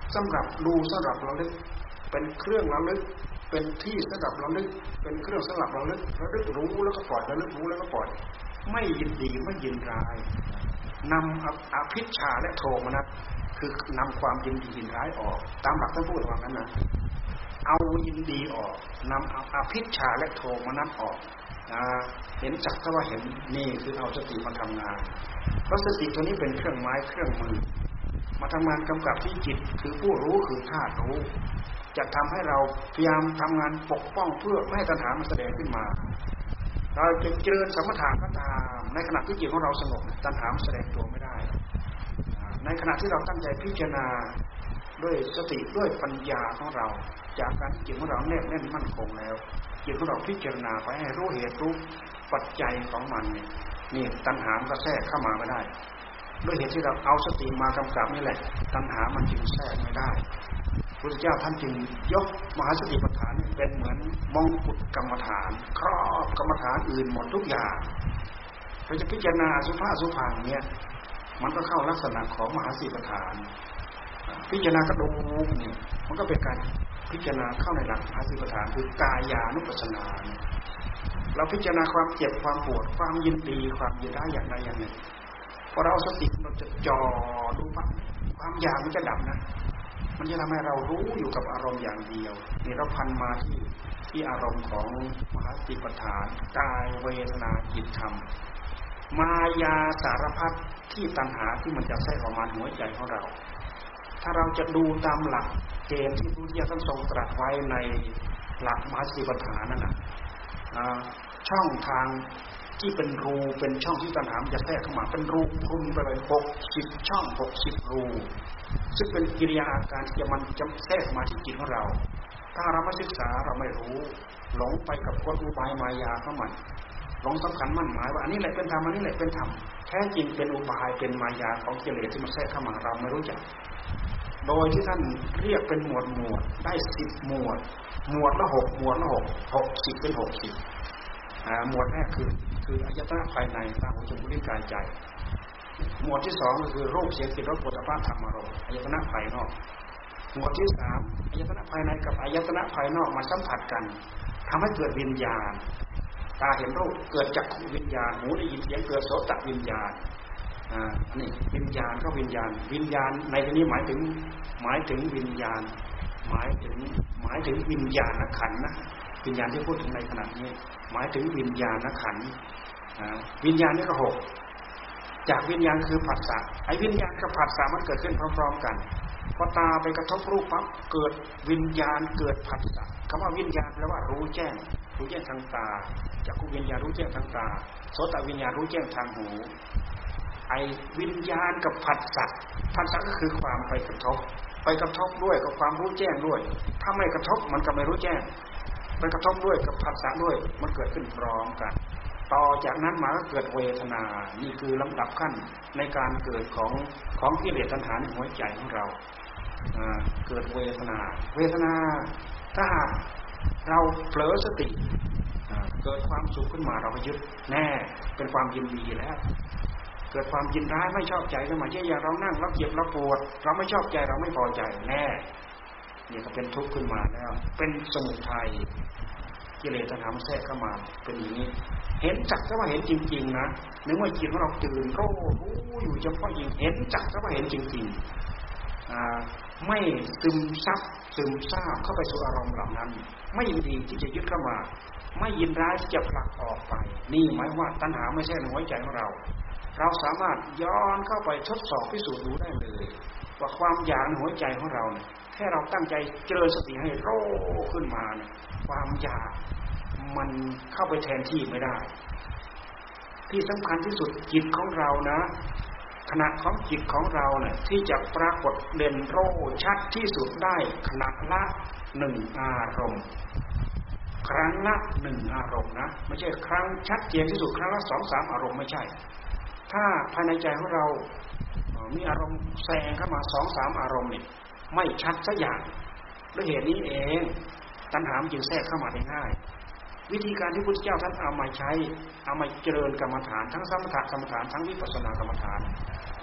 สำหรับดูสำหรับระลึกเป็นเครื่องระลึกเป็นที่สำหรับระลึกเป็นเครื่องสำหรับระลึกระลึกรู้แล้วก็ปล่อยระลึกรู้แล้วก็ปล่อยไม่ยินดีไม่ยินร้ายนำอภิชาและโทมนัสคือนำความยินดียินร้ายออกตามหลักท่านพูดว่างั้นนะเอายินดีออกนำอภิชาและโทมนัสออกเห็นจักก็ว่าเห็นนี่คือเอาสติมาทำงานเพราะสติตัวนี้เป็นเครื่องไม้เครื่องมือมาทำงานกำกับที่จิตคือผู้รู้คือธาตุรู้จะทำให้เราพยายามทำงานปกป้องเพื่อไม่ให้ตัณหามันแสดงขึ้นมาเราจะเจริญสมถะก็ตามในขณะที่จิตของเราสงบตัณหามันแสดงตัวไม่ได้ในขณะที่เราตั้งใจพิจารณาด้วยสติด้วยปัญญาของเราจากการจิตของเราแน่นแน่นมั่นคงแล้วจิตของเราพิจารณาไปให้รู้เหตุรู้ปัจจัยของมันเนี่ยนี่ตัณหามันก็แทรกเข้ามาไม่ได้ด้วยเหตุที่เราเอาสติมากำกับนี่แหละตัณหามันจึงแทรกไม่ได้พระพุทธเจ้าท่านจึงยกมหาสติปัฏฐานเป็นเหมือนมงกุฎกรรมฐานครอบกรรมฐานอื่นหมดทุกอย่างเราจะพิจารณาสุภาสุภังเนี่ยมันก็เข้าลักษณะของมหาสติปัฏฐานพิจารณากระดูกเนี่ยมันก็เป็นการพิจารณาเข้าในหลักมหาสติปัฏฐานคือกายานุปัสสนาเราพิจารณาความเจ็บความปวดความยินดีความยินร้ายอย่างใดอย่างหนึ่งพอเราสติเราจะจ่อดูปั๊บความอยากมันจะดับนะมันจะทำให้เรารู้อยู่กับอารมณ์อย่างเดียวนี่เราพันมาที่ที่อารมณ์ของมหาสติปัฏฐานกายเวทนาจิตธรรมมายาสารพัดที่ตัณหาที่มันจะแทรกออกมาหัวใจของเราถ้าเราจะดูตามหลักเกณฑ์ที่พระพุทธเจ้าท่านทรงตรัสไว้ในหลักมหาสติปัฏฐานนั่นน่ะช่องทางที่เป็นรูเป็นช่องที่ตัณหามันจะแทรกเข้ามาเป็นรูพรุนไปเลยหกสิบช่องหกสิบรูซึ่งเป็นกิริยาอาการที่มันจะแทรกมาที่จิตของเราถ้าเราไม่ศึกษาเราไม่รู้หลงไปกับกลอุบายมายาของมันหลงสำคัญมั่นหมายว่าอันนี้แหละเป็นธรรมอันนี้แหละเป็นธรรมแท้จริงเป็นอุบายเป็นมายาของกิเลสที่มันแทรกเข้ามาเราไม่รู้จักโดยที่ท่านเรียกเป็นหมวดหมวดได้สิบหมวดหมวดละหกหมวดละหกหกสิบเป็นหกสิบหมวดแรกคือคืออายตนะภายในตาหูจมูกลิ้นกายใจหมวดที่สองก็คือรูปเสียงกลิ่นรสโผฏฐัพพะธรรมารมณ์อายตนะภายนอกหมวดที่สามอายตนะภายในกับอายตนะภายนอกมาสัมผัสกันทำให้เกิดวิญญาณตาเห็นรูปเกิดจักขุวิญญาณหูได้ยินเสียงเกิดโสตวิญญาณอ่านี่วิญญาณก็วิญญาณวิญญาณในที่นี้หมายถึงหมายถึงวิญญาณหมายถึงหมายถึงวิญญาณขันธ์นะวิญญาณที่พูดถึงในขณะนี้หมายถึงวิญญาณขันธ์วิญญาณนี่ก็หกจากวิญญาณคือผัสสะไอ้วิญญาณกับผัสสะมันเกิดขึ้นพร้อมๆกันพอตาไปกระทบรูปปั๊บเกิดวิญญาณเกิดผัสสะคำว่าวิญญาณแปลว่ารู้แจ้งรู้แจ้งทางตาจักขุวิญญาณรู้แจ้งทางตาโสตวิญญาณรู้แจ้งทางหูไอ้วิญญาณกับผัสสะผัสสะก็คือความไปกระทบไปกระทบด้วยกับความรู้แจ้งด้วยถ้าไม่กระทบมันก็ไม่รู้แจ้งไปกระทบด้วยกับผัสสะด้วยมันเกิดขึ้นพร้อมกันต่อจากนั้นมาก็เกิดเวทนานี่คือลำดับขั้นในการเกิดของของกิเลสตัณหาในหัวใจของเราเกิดเวทนาเวทนาถ้าหากเราเผลอสติเกิดความสุขขึ้นมาเราก็ยึดแน่เป็นความยินดีแล้วเกิดความยินร้ายไม่ชอบใจขึ้นมาเช่นอย่างเรานั่งเราเจ็บเราปวดเราไม่ชอบใจเราไม่พอใจแน่นี่ก็เป็นทุกข์ขึ้นมาแล้วเป็นสมุทัยกิเลสตัณหามันแทรกเข้ามาเป็นอย่างนี้เห็นจักก็ว่าเห็นจริงๆนะในเมื่อจิตของเราตื่นรู้รู้อยู่เฉพาะยิ่งเห็นจักก็ว่าเห็นจริงๆไม่ซึมซับซึมซาบเข้าไปสู่อารมณ์เหล่านั้นไม่ยินดีที่จะยึดเข้ามาไม่ยินร้ายที่จะผลักออกไปนี่หมายว่าตัณหาไม่ใช่ในหัวใจของเราเราสามารถย้อนเข้าไปทดสอบพิสูจน์ดูได้เลยว่าความอยากในหัวใจของเราเนี่ยแค่เราตั้งใจเจริญสติให้รู้ขึ้นมาเนี่ยความอยากมันเข้าไปแทนที่ไม่ได้ที่สำคัญที่สุดจิตของเรานะขณะของจิตของเราเนี่ยที่จะปรากฏเด่นโรชัดที่สุดได้ขณะละหนึ่งอารมณ์ครั้งละหนึ่งอารมณ์นะไม่ใช่ครั้งชัดเจนที่สุดครั้งละสองสามอารมณ์ไม่ใช่ถ้าภายในใจของเรามีอารมณ์แซงเข้ามาสองสามอารมณ์เนี่ยไม่ชัดสักอย่างด้วยเหตุนี้เองตัณหาจึงแทรกเข้ามาได้ง่ายวิธีการที่พุทธเจ้าท่านเอามาใช้เอามาเจริญกรรมฐานทั้งสมถะกรรมฐานทั้งวิปัสสนากรรมฐาน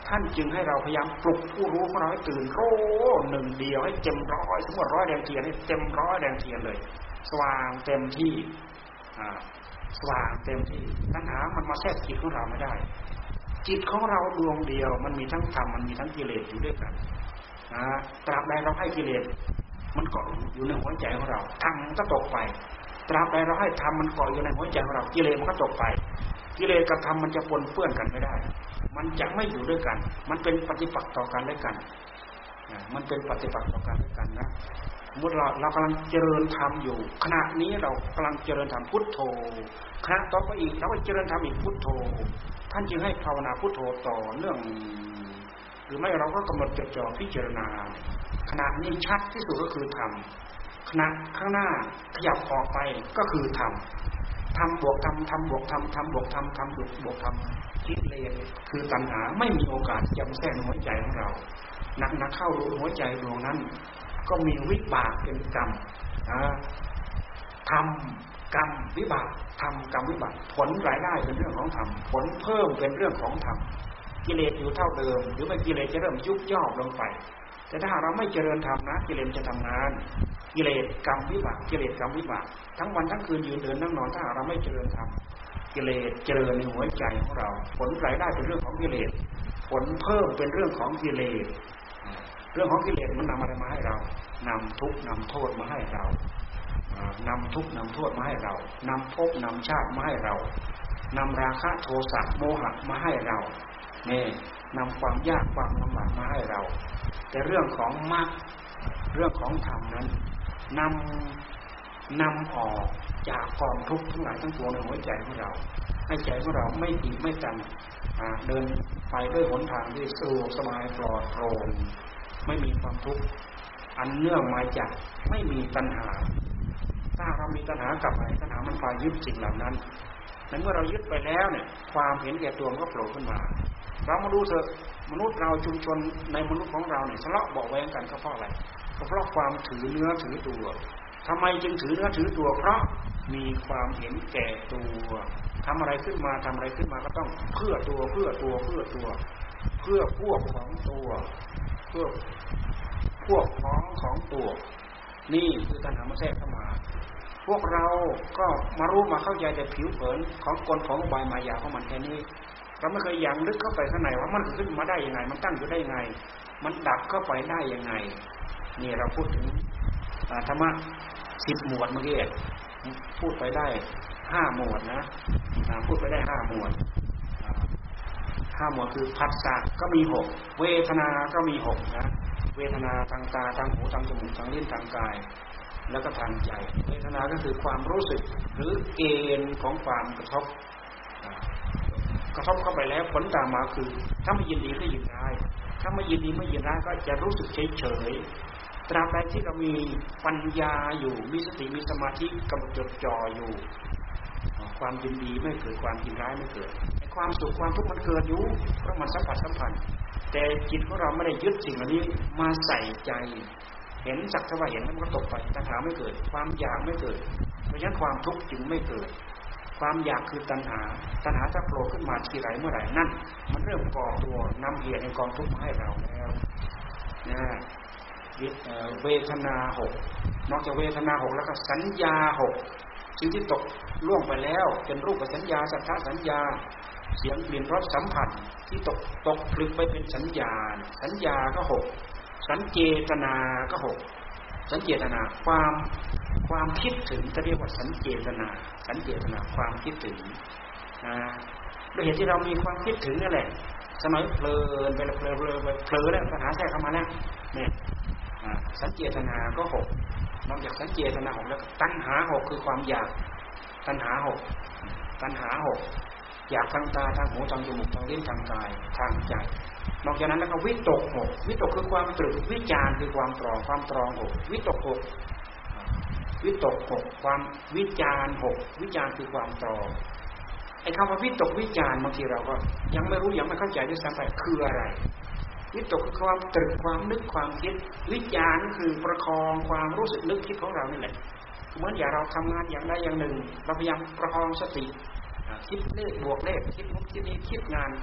ท่านจึงให้เราพยายามปลุกผู้รู้ของเราให้ตื่นรู้หนึ่งเดียวให้เต็มร้อยสมมติร้อยแดงเทียนให้เต็มร้อยแดงเทียนเลยสว่างเต็มที่สว่างเต็มที่ตัณหามันมาแทรกจิตของเราไม่ได้จิตของเราดวงเดียวมันมีทั้งธรรมมันมีทั้งกิเลสอยู่ด้วยกันนะตราบใดเราให้กิเลสมันเกาะอยู่ในหัวใจของเราธรรมก็ตกไปตราบใดเราให้ธรรมมันเกาะอยู่ในหัวใจของเรากิเลสมันก็ตกไปกิเลสกับธรรมมันจะปนเปื้อนกันไม่ได้มันจะไม่อยู่ด้วยกันมันเป็นปฏิปักษ์ต่อกันและกันมันเป็นปฏิปักษ์ต่อกันและกันนะสมมติเราเรากำลังเจริญธรรมอยู่ขณะนี้เรากำลังเจริญธรรมพุทโธขณะต่อไปอีกเราก็เจริญธรรมอีกพุทโธท่านจึงให้ภาวนาพุทโธต่อเนื่องหรือไม่เราก็กำหนดจดจ่อพิจารณาขณะนี้ชัดที่สุดก็คือธรรมขณะข้างหน้าขยับออกไปก็คือธรรมธรรมบวกธรรมธรรมบวกธรรมธรรมบวกธรรมธรรมบวกบวกธรรมกิเลสคือตัณหาไม่มีโอกาสจะมาแทรกในหัวใจของเราหนักนักเข้าหัวใจดวงนั้นก็มีวิบากเป็นกรรมทำกรรมวิบากทำกรรมวิบากผลรายได้เป็นเรื่องของธรรมผลเพิ่มเป็นเรื่องของธรรมกิเลสอยู่เท่าเดิมหรือไม่กิเลสจะเริ่มยุบย่อลงไปแต่ถ้าเราไม่เจริญธรรมนะกิเลสจะทำงานกิเลสกรรมวิบากกิเลสกรรมวิบากทั้งวันทั้งคืนยืนเดินนั่งนอนถ้าเราไม่เจริญธรรมกิเลสเจริญในหัวใจของเราผลรายได้เป็นเรื่องของกิเลสผลเพิ่มเป็นเรื่องของกิเลสเรื่องของกิเลสมันนำอะไรมาให้เรานำทุกข์นำโทษมาให้เรานำทุกข์นำโทษมาให้เรานำภพนำชาติมาให้เรานำราคะโทสะโมหะมาให้เราเนี่ยนำความยากความลำบากมาให้เราแต่เรื่องของมรรคเรื่องของธรรมนั้นนำนำออกจากกองทุกข์ทั้งหลายทั้งปวงในหัวใจของเราให้ใจของเราไม่ติดไม่ตันเดินไปด้วยหนทางที่สะดวกสบายปลอดโปร่งไม่มีความทุกข์อันเนื่องมาจากไม่มีตัณหาถ้าเรามีตัณหากับอะไรตัณหามันพายึดสิ่งเหล่านั้นนั้นเมื่อเรายึดไปแล้วเนี่ยความเห็นแก่ตัวมันก็โผล่ขึ้นมาเรามาดูเถอะมนุษย์เราชุมชนในมนุษย์ของเราเนี่ยทะเลาะเบาะแว้งกันก็เพราะอะไรก็เพราะความถือเนื้อถือตัวทำไมจึงถือเนื้อถือตัวเพราะมีความเห็นแก่ตัวทำอะไรขึ้นมาทำอะไรขึ้นมาก็ต้องเพื่อตัวเพื่อตัวเพื่อตัวเพื่อพวกของตัวเพื่อพวกพ้องของตัวนี่คือตัณหามาแทรกเข้ามาพวกเราก็มารู้มาเข้าใจแต่ผิวเผินของกลของอุบายมายาของมันแค่นี้เราไม่เคยยังลึกเข้าไปข้างในว่ามันขึ้นมาได้ยังไงมันตั้งอยู่ได้ยังไงมันดับเข้าไปได้ยังไงนี่เราพูดถึงธรรมะสิบหมวดเมื่อกี้พูดไปได้ห้าหมวดนะพูดไปได้ห้าหมวดห้าหมวดคือผัสสะก็มีหกเวทนาก็มีหกนะเวทนาทางตาทางหูทางจมูกทางลิ้นทางกายแล้วก็ทางใจเวทนาก็คือความรู้สึกหรือเกณฑ์ของความกระทบกระทบเข้าไปแล้วผลตามมาคือถ้าไม่ยินดีก็ยินร้ายถ้าไม่ยินดีไม่ยินร้ายก็จะรู้สึกเฉยเฉยตราบใดที่เรามีปัญญาอยู่มีสติมีสมาธิกำหนดจดจ่ออยู่ความยินดีไม่เกิดความยินร้ายไม่เกิดไอ้ความสุขความทุกข์มันเกิดอยู่เพราะมันสัมผัสสัมพันธ์แต่จิตของเราไม่ได้ยึดสิ่งเหล่านี้มาใส่ใจเห็นสักเท่าไหร่เห็นมันก็ตกไปตัณหาไม่เกิดความอยากไม่เกิดเพราะฉะนั้นความทุกข์จึงไม่เกิดความอยากคือตัณหาตัณหาจะโผล่ขึ้นมาทีไรเมื่อไหร่นั่นมันเริ่มก่อตัวนำเหตุในกองทุกข์มาให้เราแล้วนะเวทนาหกนอกจากเวทนาหกแล้วก็สัญญาหกสิ่งที่ตกล่วงไปแล้วเป็นรูปสัญญาสัทธสัญญาเสียงกลิ่นรสสัมผัสที่ตกตกผลึกไปเป็นสัญญาสัญญาก็หกสัญเจตนาก็หกสัญเจตนาความความคิดถึงจะเรียกว่าสัญเจตนาสัญเจตนาความคิดถึงด้วยเหตุที่เรามีความคิดถึงนั่นแหละสมัยเพลินไปเพลินไปเพลินแล้วปัญหาแทรกเข้ามาแล้วเนี่ยสัญเจตนาก็หกนอกจากสัญเจตนาหกแล้วตัณหาหกคือความอยากตัณหาหกตัณหาหกอยากทางตาทางหูทางจมูกทางลิ้นทางกายทางใจนอกจากนั้นแล้วก็วิตกหกวิตกคือความตรึกวิจารคือความตรองความตรองหกวิตกหกวิตกหกความวิจารหกวิจารคือความตรองไอ้คำว่าวิตกวิจารบางทีเราก็ยังไม่รู้ยังไม่เข้าใจด้วยซ้ำไปคืออะไรวิตกคือความตรึกความนึกความคิดวิจารคือประคองความรู้สึกนึกคิดของเรานี่แหละเหมือนอย่างเราทำงานอย่างใดอย่างหนึ่งเราพยายามประคองสติคิดเลขบวกเลขคิดมุกคิดนี้คิดงาน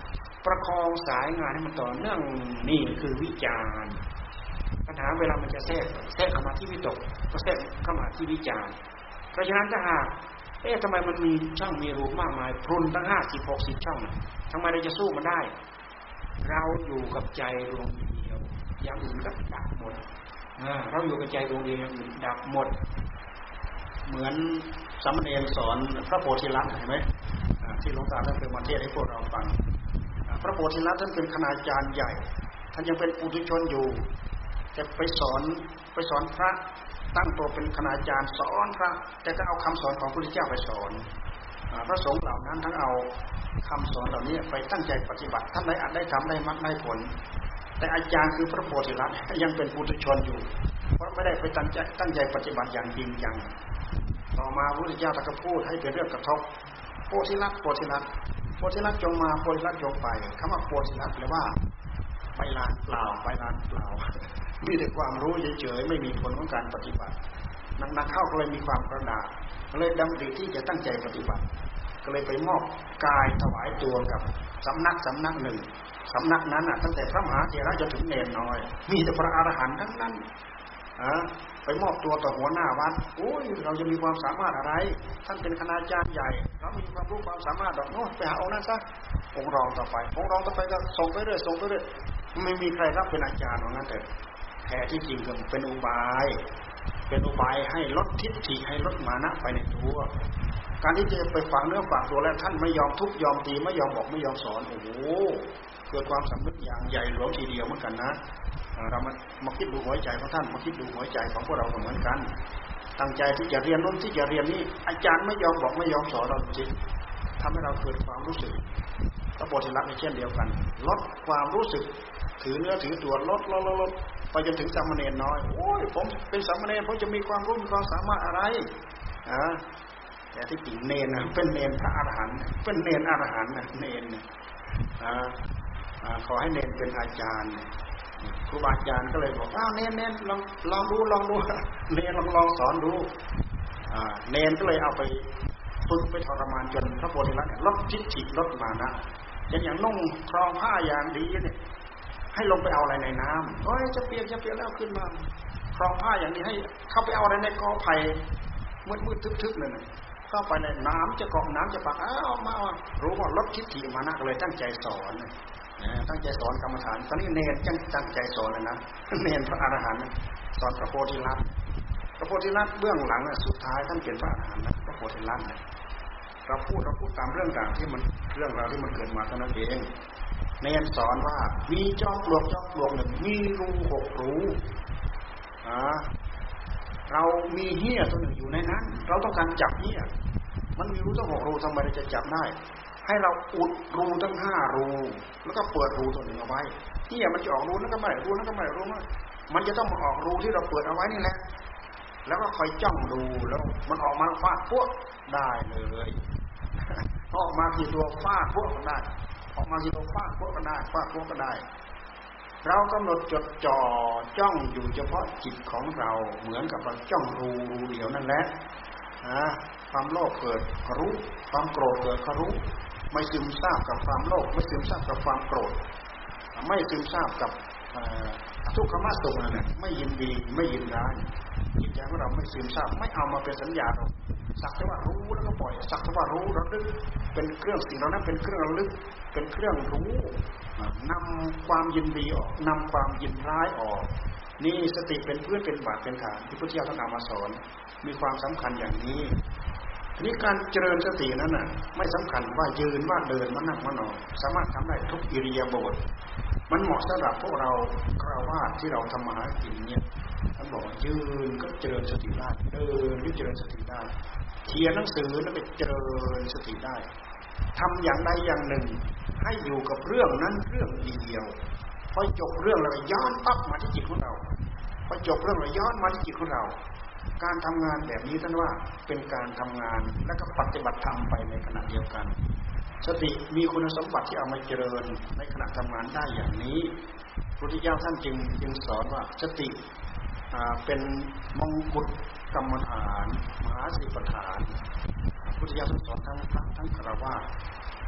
ประคองสายงานให้มันต่อเนื่องนี่คือวิจารณ์ปัญหาเวลามันจะแทรกแทรกเข้ามาที่วิตกก็แทรกเข้ามาที่วิจารณ์เพราะฉะนั้นถ้าหากเอ๊ะทำไมมันมีช่องมีรูมากมายพรุนตั้งห้าสิบหกสิบช่องทำไมเราจะสู้มันได้เราอยู่กับใจดวงเดียวอย่างอื่นก็ดับหมดเราอยู่กับใจดวงเดียวอย่างอื่นดับหมดเหมือนสามเณรสอนพระโพธิลักษณ์เห็นไหมที่หลวงตาท่านเคยมาเทศน์ให้พวกเราฟังพระโพธิลักษณ์ท่านเป็นคณาจารย์ใหญ่ท่านยังเป็นปุถุชนอยู่จะไปสอนไปสอนพระตั้งตัวเป็นคณาจารย์สอนพระแต่ก็เอาคำสอนของพระพุทธเจ้าไปสอนพระสงฆ์เหล่านั้นทั้งเอาคำสอนเหล่านี้ไปตั้งใจปฏิบัติท่านได้อาจได้ทำได้มรรคได้ผลแต่อาจารย์คือพระโพธิลักษณ์ยังเป็นปุถุชนอยู่เพราะไม่ได้ไปตั้งใจตั้งใจปฏิบัติอย่างจริงจังต่อมาพระพุทธเจ้าตรัสพูดให้เป็นเรื่องกระทบโพธิลักษณ์โพธิลักษณ์โพธิลักษณ์จงมาโพธิลักษณ์จงไปคำว่าโพธิลักษณ์แปลว่าไปลานเปล่าไปลานเปล่ามีแต่ความรู้เฉยๆไม่มีผลของการปฏิบัตินักๆเข้าก็เลยมีความกระดากก็เลยดำริที่จะตั้งใจปฏิบัติก็เลยไปมอบกายถวายตัวกับสำนักสำนักหนึ่งสำนักนั้นน่ะตั้งแต่พระมหาเถระจนถึงเนรน้อยมีแต่พระอรหันต์ทั้งนั้นไปมอบตัวต่อหัวหน้าวัดโอ้ยเราจะมีความสามารถอะไรท่านเป็นคณาจารย์ใหญ่เรามีความรู้ความสามารถดอกโน้ไปหาองค์นั้นซะองค์รองต่อไปองค์รองต่อไปก็ส่งไปเรื่อยส่งไปเรื่อยไม่มีใครรับเป็นอาจารย์ว่างั้นแต่แท้ที่จริงก็เป็นอุบายเป็นอุบายให้ลดทิฏฐิให้ลดมานะไปในตัวการที่จะไปฝังเนื้อฝังตัวแล้วท่านไม่ยอมทุบยอมตีไม่ยอมบอกไม่ยอมสอนโอ้โหเกิดความสำนึกอย่างใหญ่หลวงทีเดียวเหมือนกันนะเรามามาคิดดูหัวใจของท่านมาคิดดูหัวใจของพวกเราเหมือนกันตั้งใจที่จะเรียนนู้นที่จะเรียนนี้อาจารย์ไม่ยอมบอกไม่ยอมสอนเราจริงทำให้เราเกิดความรู้สึกพระโพธิลักษณ์ในเช่นเดียวกันลดความรู้สึกถือเนื้อถือตัวลดลดลดไปจนถึงสามเณรน้อยโอ้ยผมเป็นสามเณรผมจะมีความรู้มีความสามารถอะไรอ่าแต่ที่จริงเนรนะเป็นเนรพระอรหันต์เป็นเนรอรหันต์นะเนรอ่าขอให้เนรเป็นอาจารย์ครูบาอาจารย์ก็เลยบอกอ้าวเนรเนรลองลองดูลองดูเนรลองลองสอนดูอ่าเนรก็เลยเอาไปฝึกไปทรมานจนพระโพธิลักษณ์ลดทิฏฐิลดมานะอย่างนุ่งครองผ้าอย่างดีเนี่ยให้ลงไปเอาอะไรในน้ำโอ้ยจะเปียกจะเปียกแล้วขึ้นมาครองผ้าอย่างนี้ให้เข้าไปเอาอะไรในกอไผ่มืดๆทึบๆนั่นเข้าไปในน้ำจะเกาะน้ำจะปักอ้าวมารู้ว่าลดทิฏฐิมานะก็เลยตั้งใจสอนตั้งใจสอนกรรมฐานตอนนี้เนรจังตั้งใจสอนเลยนะเนรพระอรหันต์สอนพระโพธิลักษณ์พระโพธิลักษณ์เบื้องหลังสุดท้ายท่านเป็นพระอรหันต์นะพระโพธิลักษณ์เราพูดเราพูดตามเรื่องราวที่มันเรื่องราวที่มันเกิดมาเท่านั้นเองเนรสอนว่ามีจอมปลวกจอมปลวกหนึ่งมีรูหกรูอ่าเรามีเหี้ยตัวหนึ่งอยู่ในนั้นเราต้องการจับเหี้ยมันมีรูตั้งหกรูทำไมเราจะจับได้ให้เราอุดรูทั้งห้ารูแล้วก็เปิดรูตัวหนึ่งเอาไว้เหี้ยมันจะออกรูนั้นก็ไม่รูนั้นก็ไม่รูนั้นมันจะต้องมาออกรูที่เราเปิดเอาไว้นี่แหละแล้วก็คอยจ้องดูแล้วมันออกมาฟาดพวกได้เลยออกมากี่ตัวฟาดพวกกันได้ออกมากี่ตัวฟาดพวกกันได้ฟาดพวกกันได้เรากำหนดจดจ่อจ้องอยู่เฉพาะจิตของเราเหมือนกับเราจ้องรูรูเดียวนั่นแหละความโลภเกิดก็รู้ความโกรธเกิดก็รู้ไม่ซึมซาบกับความโลภไม่ซึมซาบกับความโกรธไม่ซึมซาบกับทุกขมสุขนั่นแหละไม่ยินดีไม่ยินร้ายจิตใจของเราไม่ซึมซาบไม่เอามาเป็นสัญญาเราสักแต่ว่ารู้แล้วก็ปล่อยสักแต่ว่ารู้ระลึกเป็นเครื่องสิ่งเหล่านั้นเป็นเครื่องระลึกเป็นเครื่องรู้นำความยินดีออกนำความยินร้ายออกนี่สติเป็นพื้นเป็นบาทเป็นฐานที่พระพุทธเจ้าท่านนำมาสอนมีความสำคัญอย่างนี้ทีนี้การเจริญสตินั้นน่ะไม่สำคัญว่ายืนว่าเดินว่านั่งว่านอนสามารถทำได้ทุกอิริยาบถมันเหมาะสำหรับพวกเราคฤหัสถ์ที่เราทำมาหากินเนี่ยท่านบอกยืนก็เจริญสติได้เดินก็เจริญสติได้เขียนหนังสือแล้วก็เจริญสติได้ทำอย่างใดอย่างหนึ่งให้อยู่กับเรื่องนั้นเรื่องเดียวพอจบเรื่องแล้วย้อนปั๊บมาที่จิตของเราพอจบเรื่องแล้วย้อนมาที่จิตของเราการทำงานแบบนี้ท่านว่าเป็นการทำงานและก็ปฏิบัติธรรมไปในขณะเดียวกันสติมีคุณสมบัติที่เอามาเจริญในขณะทำงานได้อย่างนี้พระพุทธเจ้าท่านจึงจึงสอนว่าสติเป็นมงกุฎกรรมฐานมหาสติปัฏฐานพระพุทธเจ้าท่านสอนทั้งพระทั้งฆราวาส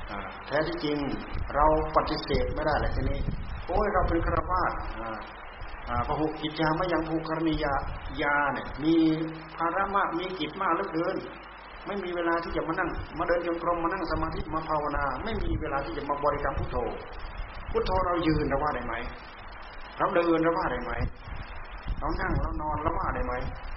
แท้ที่จริงเราปฏิเสธไม่ได้แหละทีนี้โอ้ยเราเป็นฆราวาสพหุกิจจามยังภูกรณียายาเนี่ยมีภาระมากมีกิจมากเหลือเกินไม่มีเวลาที่จะมานั่งมาเดินจงกรมมานั่งสมาธิมาภาวนาไม่มีเวลาที่จะมาบริกรรมพุทโธพุทโธเรายืนเราว่าได้ไหมเราเดินเราว่าได้ไหมเรานั่งเรานอนเราว่าได้ไหม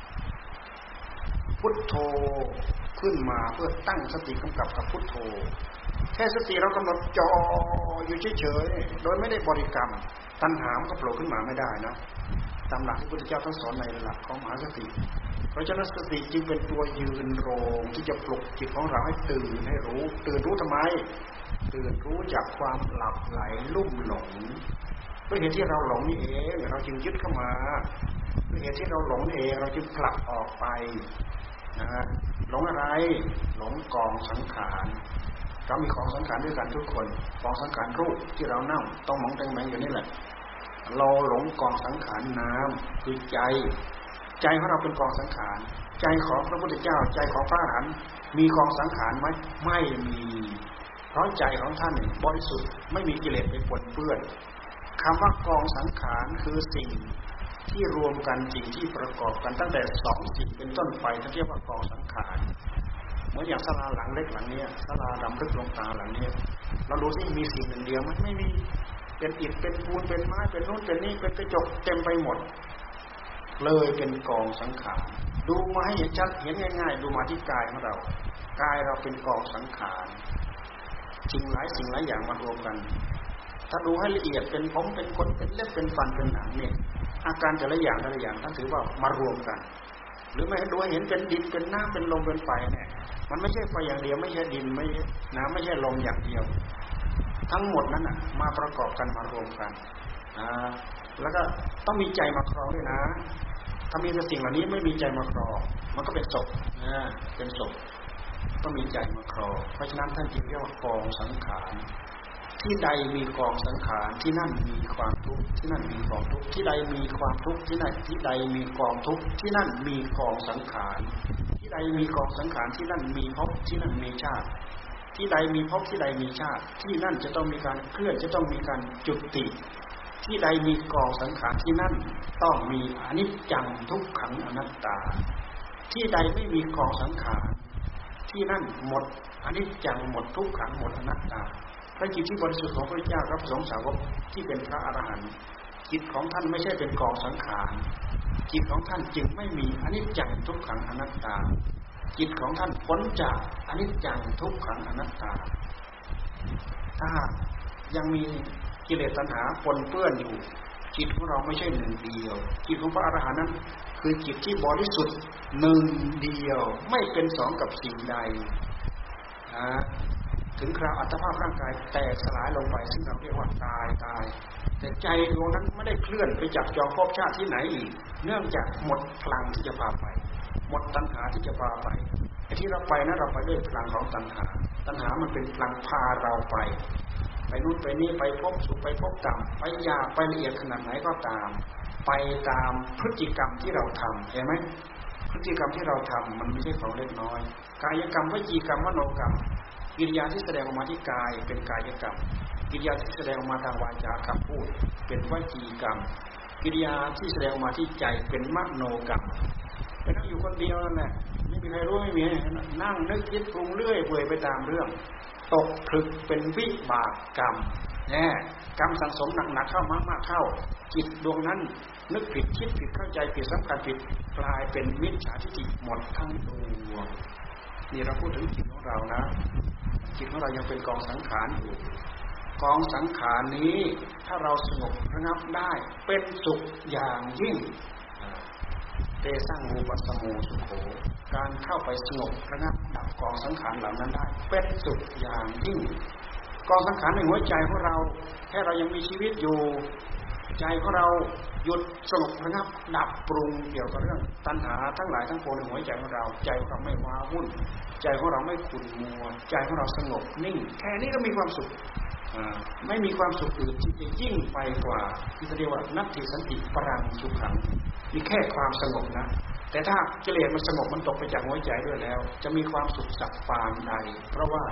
พุทโธขึ้นมาเพื่อตั้งสติกำกับกับพุทโธแค่สติเรากำหนดจ่ออยู่เฉยๆโดยไม่ได้บริกรรมตัณหามันก็โผล่ขึ้นมาไม่ได้นะตามหลักที่พระพุทธเจ้าท่านสอนในหลักของมหาสติเพราะฉะนั้นสติจึงเป็นตัวยืนโรงที่จะปลุกจิตของเราให้ตื่นให้รู้ตื่นรู้ทำไมตื่นรู้จากความหลับไหลลุ่มหลงด้วยเหตุที่เราหลงนี่เองเราจึงยึดเข้ามาด้วยเหตุที่เราหลงเองเราจึงผลักออกไปนะฮะหลงอะไรหลงกองสังขารเรามีของสังขารด้วยกันทุกคนกองสังขารรูปที่เรานั่งต้องมองแตงแมงอยู่นี่แหละเราหลงกองสังขารน้ำคือใจใจของเราเป็นกองสังขารใจของพระพุทธเจ้าใจของพระอรหันต์มีกองสังขารไหมไม่มีเพราะใจของท่านบริสุทธิ์ไม่มีกิเลสไปปนเปื้อนคำว่ากองสังขารคือสิ่งที่รวมกันสิ่งที่ประกอบกันตั้งแต่สองสิ่งเป็นต้นไปที่เรียกว่ากองสังขารเหมือนอย่างศาลาหลังเล็กหลังนี้ศาลาดำลึกลงตาหลังนี้เราดูสิมีสิ่งหนึ่งเดียวมันไม่มีเป็นอิฐเป็นปูนเป็นไม้เป็นโน้นเป็นนี่เป็นกระจกเต็มไปหมดเลยเป็นกองสังขารดูมาให้เห็นชัดเห็นง่ายๆดูมาที่กายของเรากายเราเป็นกองสังขารสิ่งหลายสิ่งหลายอย่างมารวมกันถ้าดูให้ละเอียดเป็นผมเป็นขนเป็นเล็บเป็นฟันเป็นหนังเนี่ยอาการแต่ละอย่างแต่ละอย่างท่านถือว่ามารวมกันหรือไม่ให้ดูให้เห็นเป็นดินเป็นน้ำเป็นลมเป็นไฟเนี่ยมันไม่ใช่ไฟอย่างเดียวไม่ใช่ดินไม่น้ำไม่ใช่ลมอย่างเดียวทั้งหมดนั้นน่ะมาประกอบกันมารวมกันอ่าแล้วก็ต้องมีใจมาครองด้วยนะถ้ามีแต่สิ่งเหล่านี้ไม่มีใจมาครองมันก็เป็นศพนะเป็นศพต้องมีใจมาครองเพราะฉะนั้นท่านจึงเรียกว่ากองสังขารที่ใดมีกองสังขารที่นั่นมีความทุกข์ที่นั่นมีกองทุกข์ที่ใดมีความทุกข์ที่นั่นที่ใดมีกองทุกข์ที่นั่นมีกองสังขารที่ใดมีกองสังขารที่นั่นมีภพที่นั่นมีชาติที่ใดมีภพที่ใดมีชาติที่นั่นจะต้องมีการเคลื่อนจะต้องมีการจุติที่ใดมีกองสังขารที่นั่นต้องมีอนิจจังทุกขังอนัตตาที่ใดไม่มีกองสังขารที่นั่นหมดอนิจจังหมดทุกขังหมดอนัตตาพระจิตที่บริสุทธิ์ของพระเจ้าพระสงฆ์สาวกที่เป็นพระอรหันต์จิตของท่านไม่ใช่เป็นกองสังขารจิตของท่านจึงไม่มีอนิจจังทุกขังอนัตตาจิตของท่านพ้นจากอนิจจังทุกขังอนัตตาถ้ายังมีกิเลสตัณหาปนเปื้อนอยู่จิตของเราไม่ใช่หนึ่งเดียวจิตของพระอรหันต์นั้นคือจิตที่บริสุทธิ์หนึ่งเดียวไม่เป็นสองกับสิ่งใดนะถึงคราวอัตภาพร่างกายแตกสลายลงไปซึ่งเราเรียกว่าตายตายแต่ใจดวงนั้นไม่ได้เคลื่อนไปจับจองภพชาติที่ไหนอีกเนื่องจากหมดพลังที่จะพาไปหมดตัณหาที่จะพาไปไอ้ที่เราไปนั้นเราไปด้วยพลังของตัณหาตัณหามันเป็นพลังพาเราไปไปนู่นไปนี่ไปพบสุขไปพบต่ำไปยากไปละเอียดขนาดไหนก็ตามไปตามพฤติกรรมที่เราทำเห็นไหมพฤติกรรมที่เราทำมันไม่ใช่ของเล็กน้อยกายกรรมวจีกรรมมโนกรรมกิริยาที่แสดงออกมาที่กายเป็นกายกรรมกิริยาที่แสดงออกมาทางวาจาคำพูดเป็นวจีกรรมกิริยาที่แสดงออกมาที่ใจเป็นมโนกรรมเป็นนั่งอยู่คนเดียวนั่นแหละไม่มีใครรู้ไม่มีนั่งนึกคิดปรุงเรื่อยเปื่อยไปตามเรื่องตกผลึกเป็นวิบากกรรมแน่กรรมสังสมหนักๆเข้ามากๆเข้าจิตดวงนั้นนึกผิดคิดผิดเข้าใจผิดสำคัญผิดกลายเป็นมิจฉาทิฏฐิหมดทั้งดวงนี่เราพูดถึงจิตของเรานะจิตของเรายังเป็นกองสังขารอยู่กองสังขารนี้ถ้าเราสงบระงับได้เป็นสุขอย่างยิ่งเตสังอุปสโมสุโขการเข้าไปสงบระงับดับกองสังขารเหล่านั้นได้เป็นสุขอย่างยิ่งกองสังขารในหัวใจของเราแค่เรายังมีชีวิตอยู่ใจของเราหยุดสงบระงับดับปรุงเกี่ยวกับเรื่องตัณหาทั้งหลายทั้งปวงในหัวใจของเราใจของเราไม่ว้าวุ่นใจของเราไม่ขุ่นมัวใจของเราสงบนิ่งแค่นี้ก็มีความสุขไม่มีความสุขอื่นที่จะยิ่งไปกว่าที่เรียกว่านัตถิสันติปรังสุขังมีแค่ความสงบนะแต่ถ้ากิเลสมันสงบมันตกไปจากหัวใจด้วยแล้วจะมีความสุขสักปานใดเพราะว่า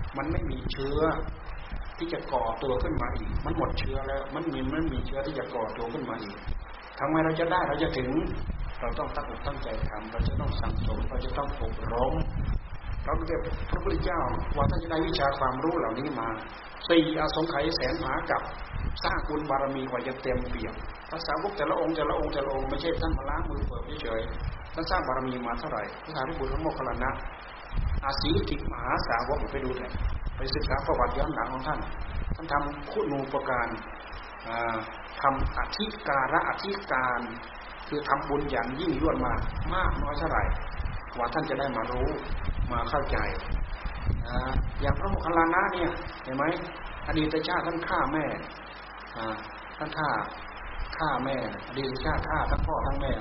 มันไม่มีเชื้อที่จะก่อตัวขึ้นมาอีกมันหมดเชื้อแล้วมันมีมันมีเชื้อที่จะก่อตัวขึ้นมาอีกทำไมเราจะได้เราจะถึงเราต้องตั้งอกตั้งใจทำเราจะต้องสั่งสมเราจะต้องอบรมเราเรียกพระพุทธเจ้าว่าท่านจะได้วิชาความรู้เหล่านี้มาสี่อสงไขยแสนมหากัปสร้างบุญบารมีกว่าจะเต็มเปี่ยมพระสาวกแต่ละองค์แต่ละองค์แต่ละองค์ไม่ใช่ท่านมาล้างมือเปิดเฉยๆท่านสร้างบารมีมาเท่าไหร่พระสารีบุตรพระโมคคัลลานะอาศีติมหาสาวกไปดูเลยไปศึกษาประวัติย้อนหลังของท่านท่านทำคุณูปการทำอธิการะอธิการคือทำบุญอย่างยิ่งยวดมามากน้อยเท่าไหร่ว่าท่านจะได้มารู้มาเข้าใจอย่างพระโมคคัลลานะเนี่ยเห็นไหมอดีตชาติท่านฆ่าแม่ท่านฆ่าฆ่าแม่อดีตชาติฆ่าทั้งพ่อทั้งแม่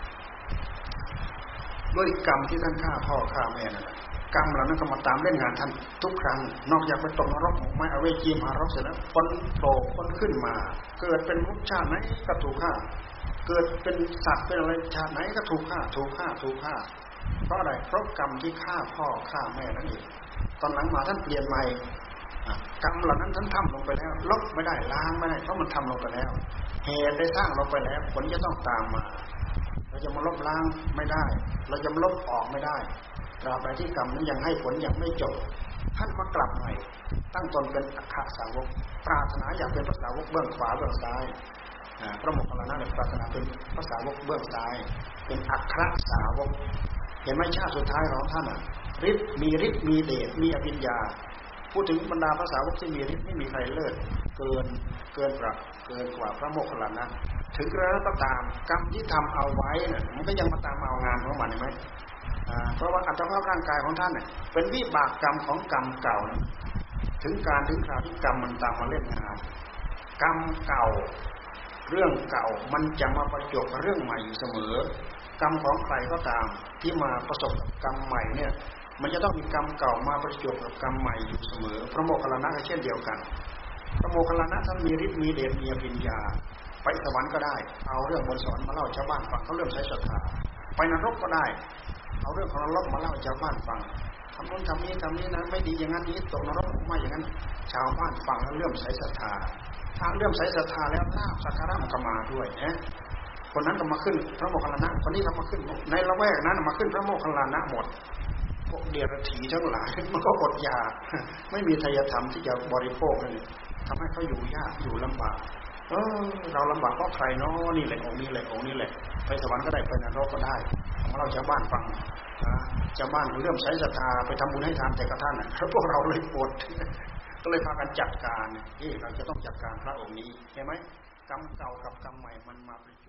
ด้วยกรรมที่ท่านฆ่าพ่อฆ่าแม่นั่นแหละกรรมเหล่านั้นก็มาตามเล่นงานท่านทุกครั้งนอกจากไปตกนรกไม่เอาเวจีมหารกเสร็จแล้วพ้นโผล่พ้นขึ้นมาเกิดเป็นมนุษย์ชาติไหนก็ถูกฆ่าเกิดเป็นสัตว์เป็นอะไรชาติไหนก็ถูกฆ่าถูกฆ่าถูกฆ่าเพราะอะไรเพราะกรรมที่ฆ่าพ่อฆ่าแม่นั่นเองตอนหลังมาท่านเปลี่ยนใหม่กรรมเหล่านั้นท่านทำลงไปแล้วลบไม่ได้ล้างไม่ได้เพราะมันทำลงไปแล้วเหตุได้สร้างลงไปแล้วผลจะต้องตามมาเราจะมาลบล้างไม่ได้เราจะมาลบออกไม่ได้ตราบใดที่กรรมนั้นยังให้ผลยังไม่จบท่านมากลับใหม่ตั้งตนเป็นอัครสาวกปรารถนาอยากเป็นพระสาวกเบื้องขวาเบื้องซ้ายพระโมคคัลลานะปรารถนาเป็นพระสาวกเบื้องซ้ายเป็นอัครสาวกเห็นไหมชาติสุดท้ายของท่านอ่ะฤทธิ์มีฤทธิ์มีเดชมีอภิญญาพูดถึงบรรดาพระสาวกที่มีฤทธิ์ไม่มีใครเลิศเกินเกินกว่าเกินกว่าพระโมคคัลลานะถึงกระนั้นก็ตามกรรมที่ทำเอาไว้น่ะมันก็ยังมาตามเอางานของมันเห็นไหมเพราะว่าอัตภาพร่างกายของท่านเนี่ยเป็นวิบากกรรมของกรรมเก่าถึงการถึงคราวที่กรรมมันตามมาเล่นงานกรรมเก่าเรื่องเก่ามันจะมาประจบกับเรื่องใหม่อยู่เสมอกรรมของใครก็ตามที่มาประสบกับกรรมใหม่เนี่ยมันจะต้องมีกรรมเก่ามาประจบกับกรรมใหม่อยู่เสมอพระโมคคัลลานะก็เช่นเดียวกันพระโมคคัลลานะท่านมีฤทธิ์มีเดชมีอภิญญาไปสวรรค์ก็ได้เอาเรื่องบนสวรรค์มาเล่าชาวบ้านฟังเขาเริ่มใช้ศรัทธาไปนรกก็ได้เอาเรื่องของนรกมาเล่าชาวบ้านฟังทำนู้นทำนี้ทำนี้นะไม่ดีอย่างนั้นนี้ตกนรกไม่อย่างนั้นชาวบ้านฟังแล้วเริ่มใช้ศรัทธาถ้าเริ่มใช้ศรัทธาแล้วลาภสักการะมันก็มาด้วยนะคนนั้นก็มาขึ้นพระโมคคัลลานะคนนี้ก็มาขึ้นในละแวกนั้นมาขึ้นพระโมคคัลลานะหมดพวกเดรัจฉีทั้งหลายมันก็อดอยากไม่มีทายธรรมที่จะบริโภคเลยทำให้เขาอยู่ยากอยู่ลำบากเออเราลำบากเพราะใครเนาะนี่แหละองค์นี้แหละองค์นี้แหละไปสวรรค์ก็ได้ไปนรกก็ได้ของเราชาวบ้านฟังนะชาวบ้านเริ่มใช้ศรัทธาไปทำบุญให้ทานแต่กระท่านนะพวกเราเลยปวดก็เลยพากันจัดการนี่เราจะต้องจัดการพระองค์นี้เห็นไหมกรรมเก่ากับกรรมใหม่มันมาประ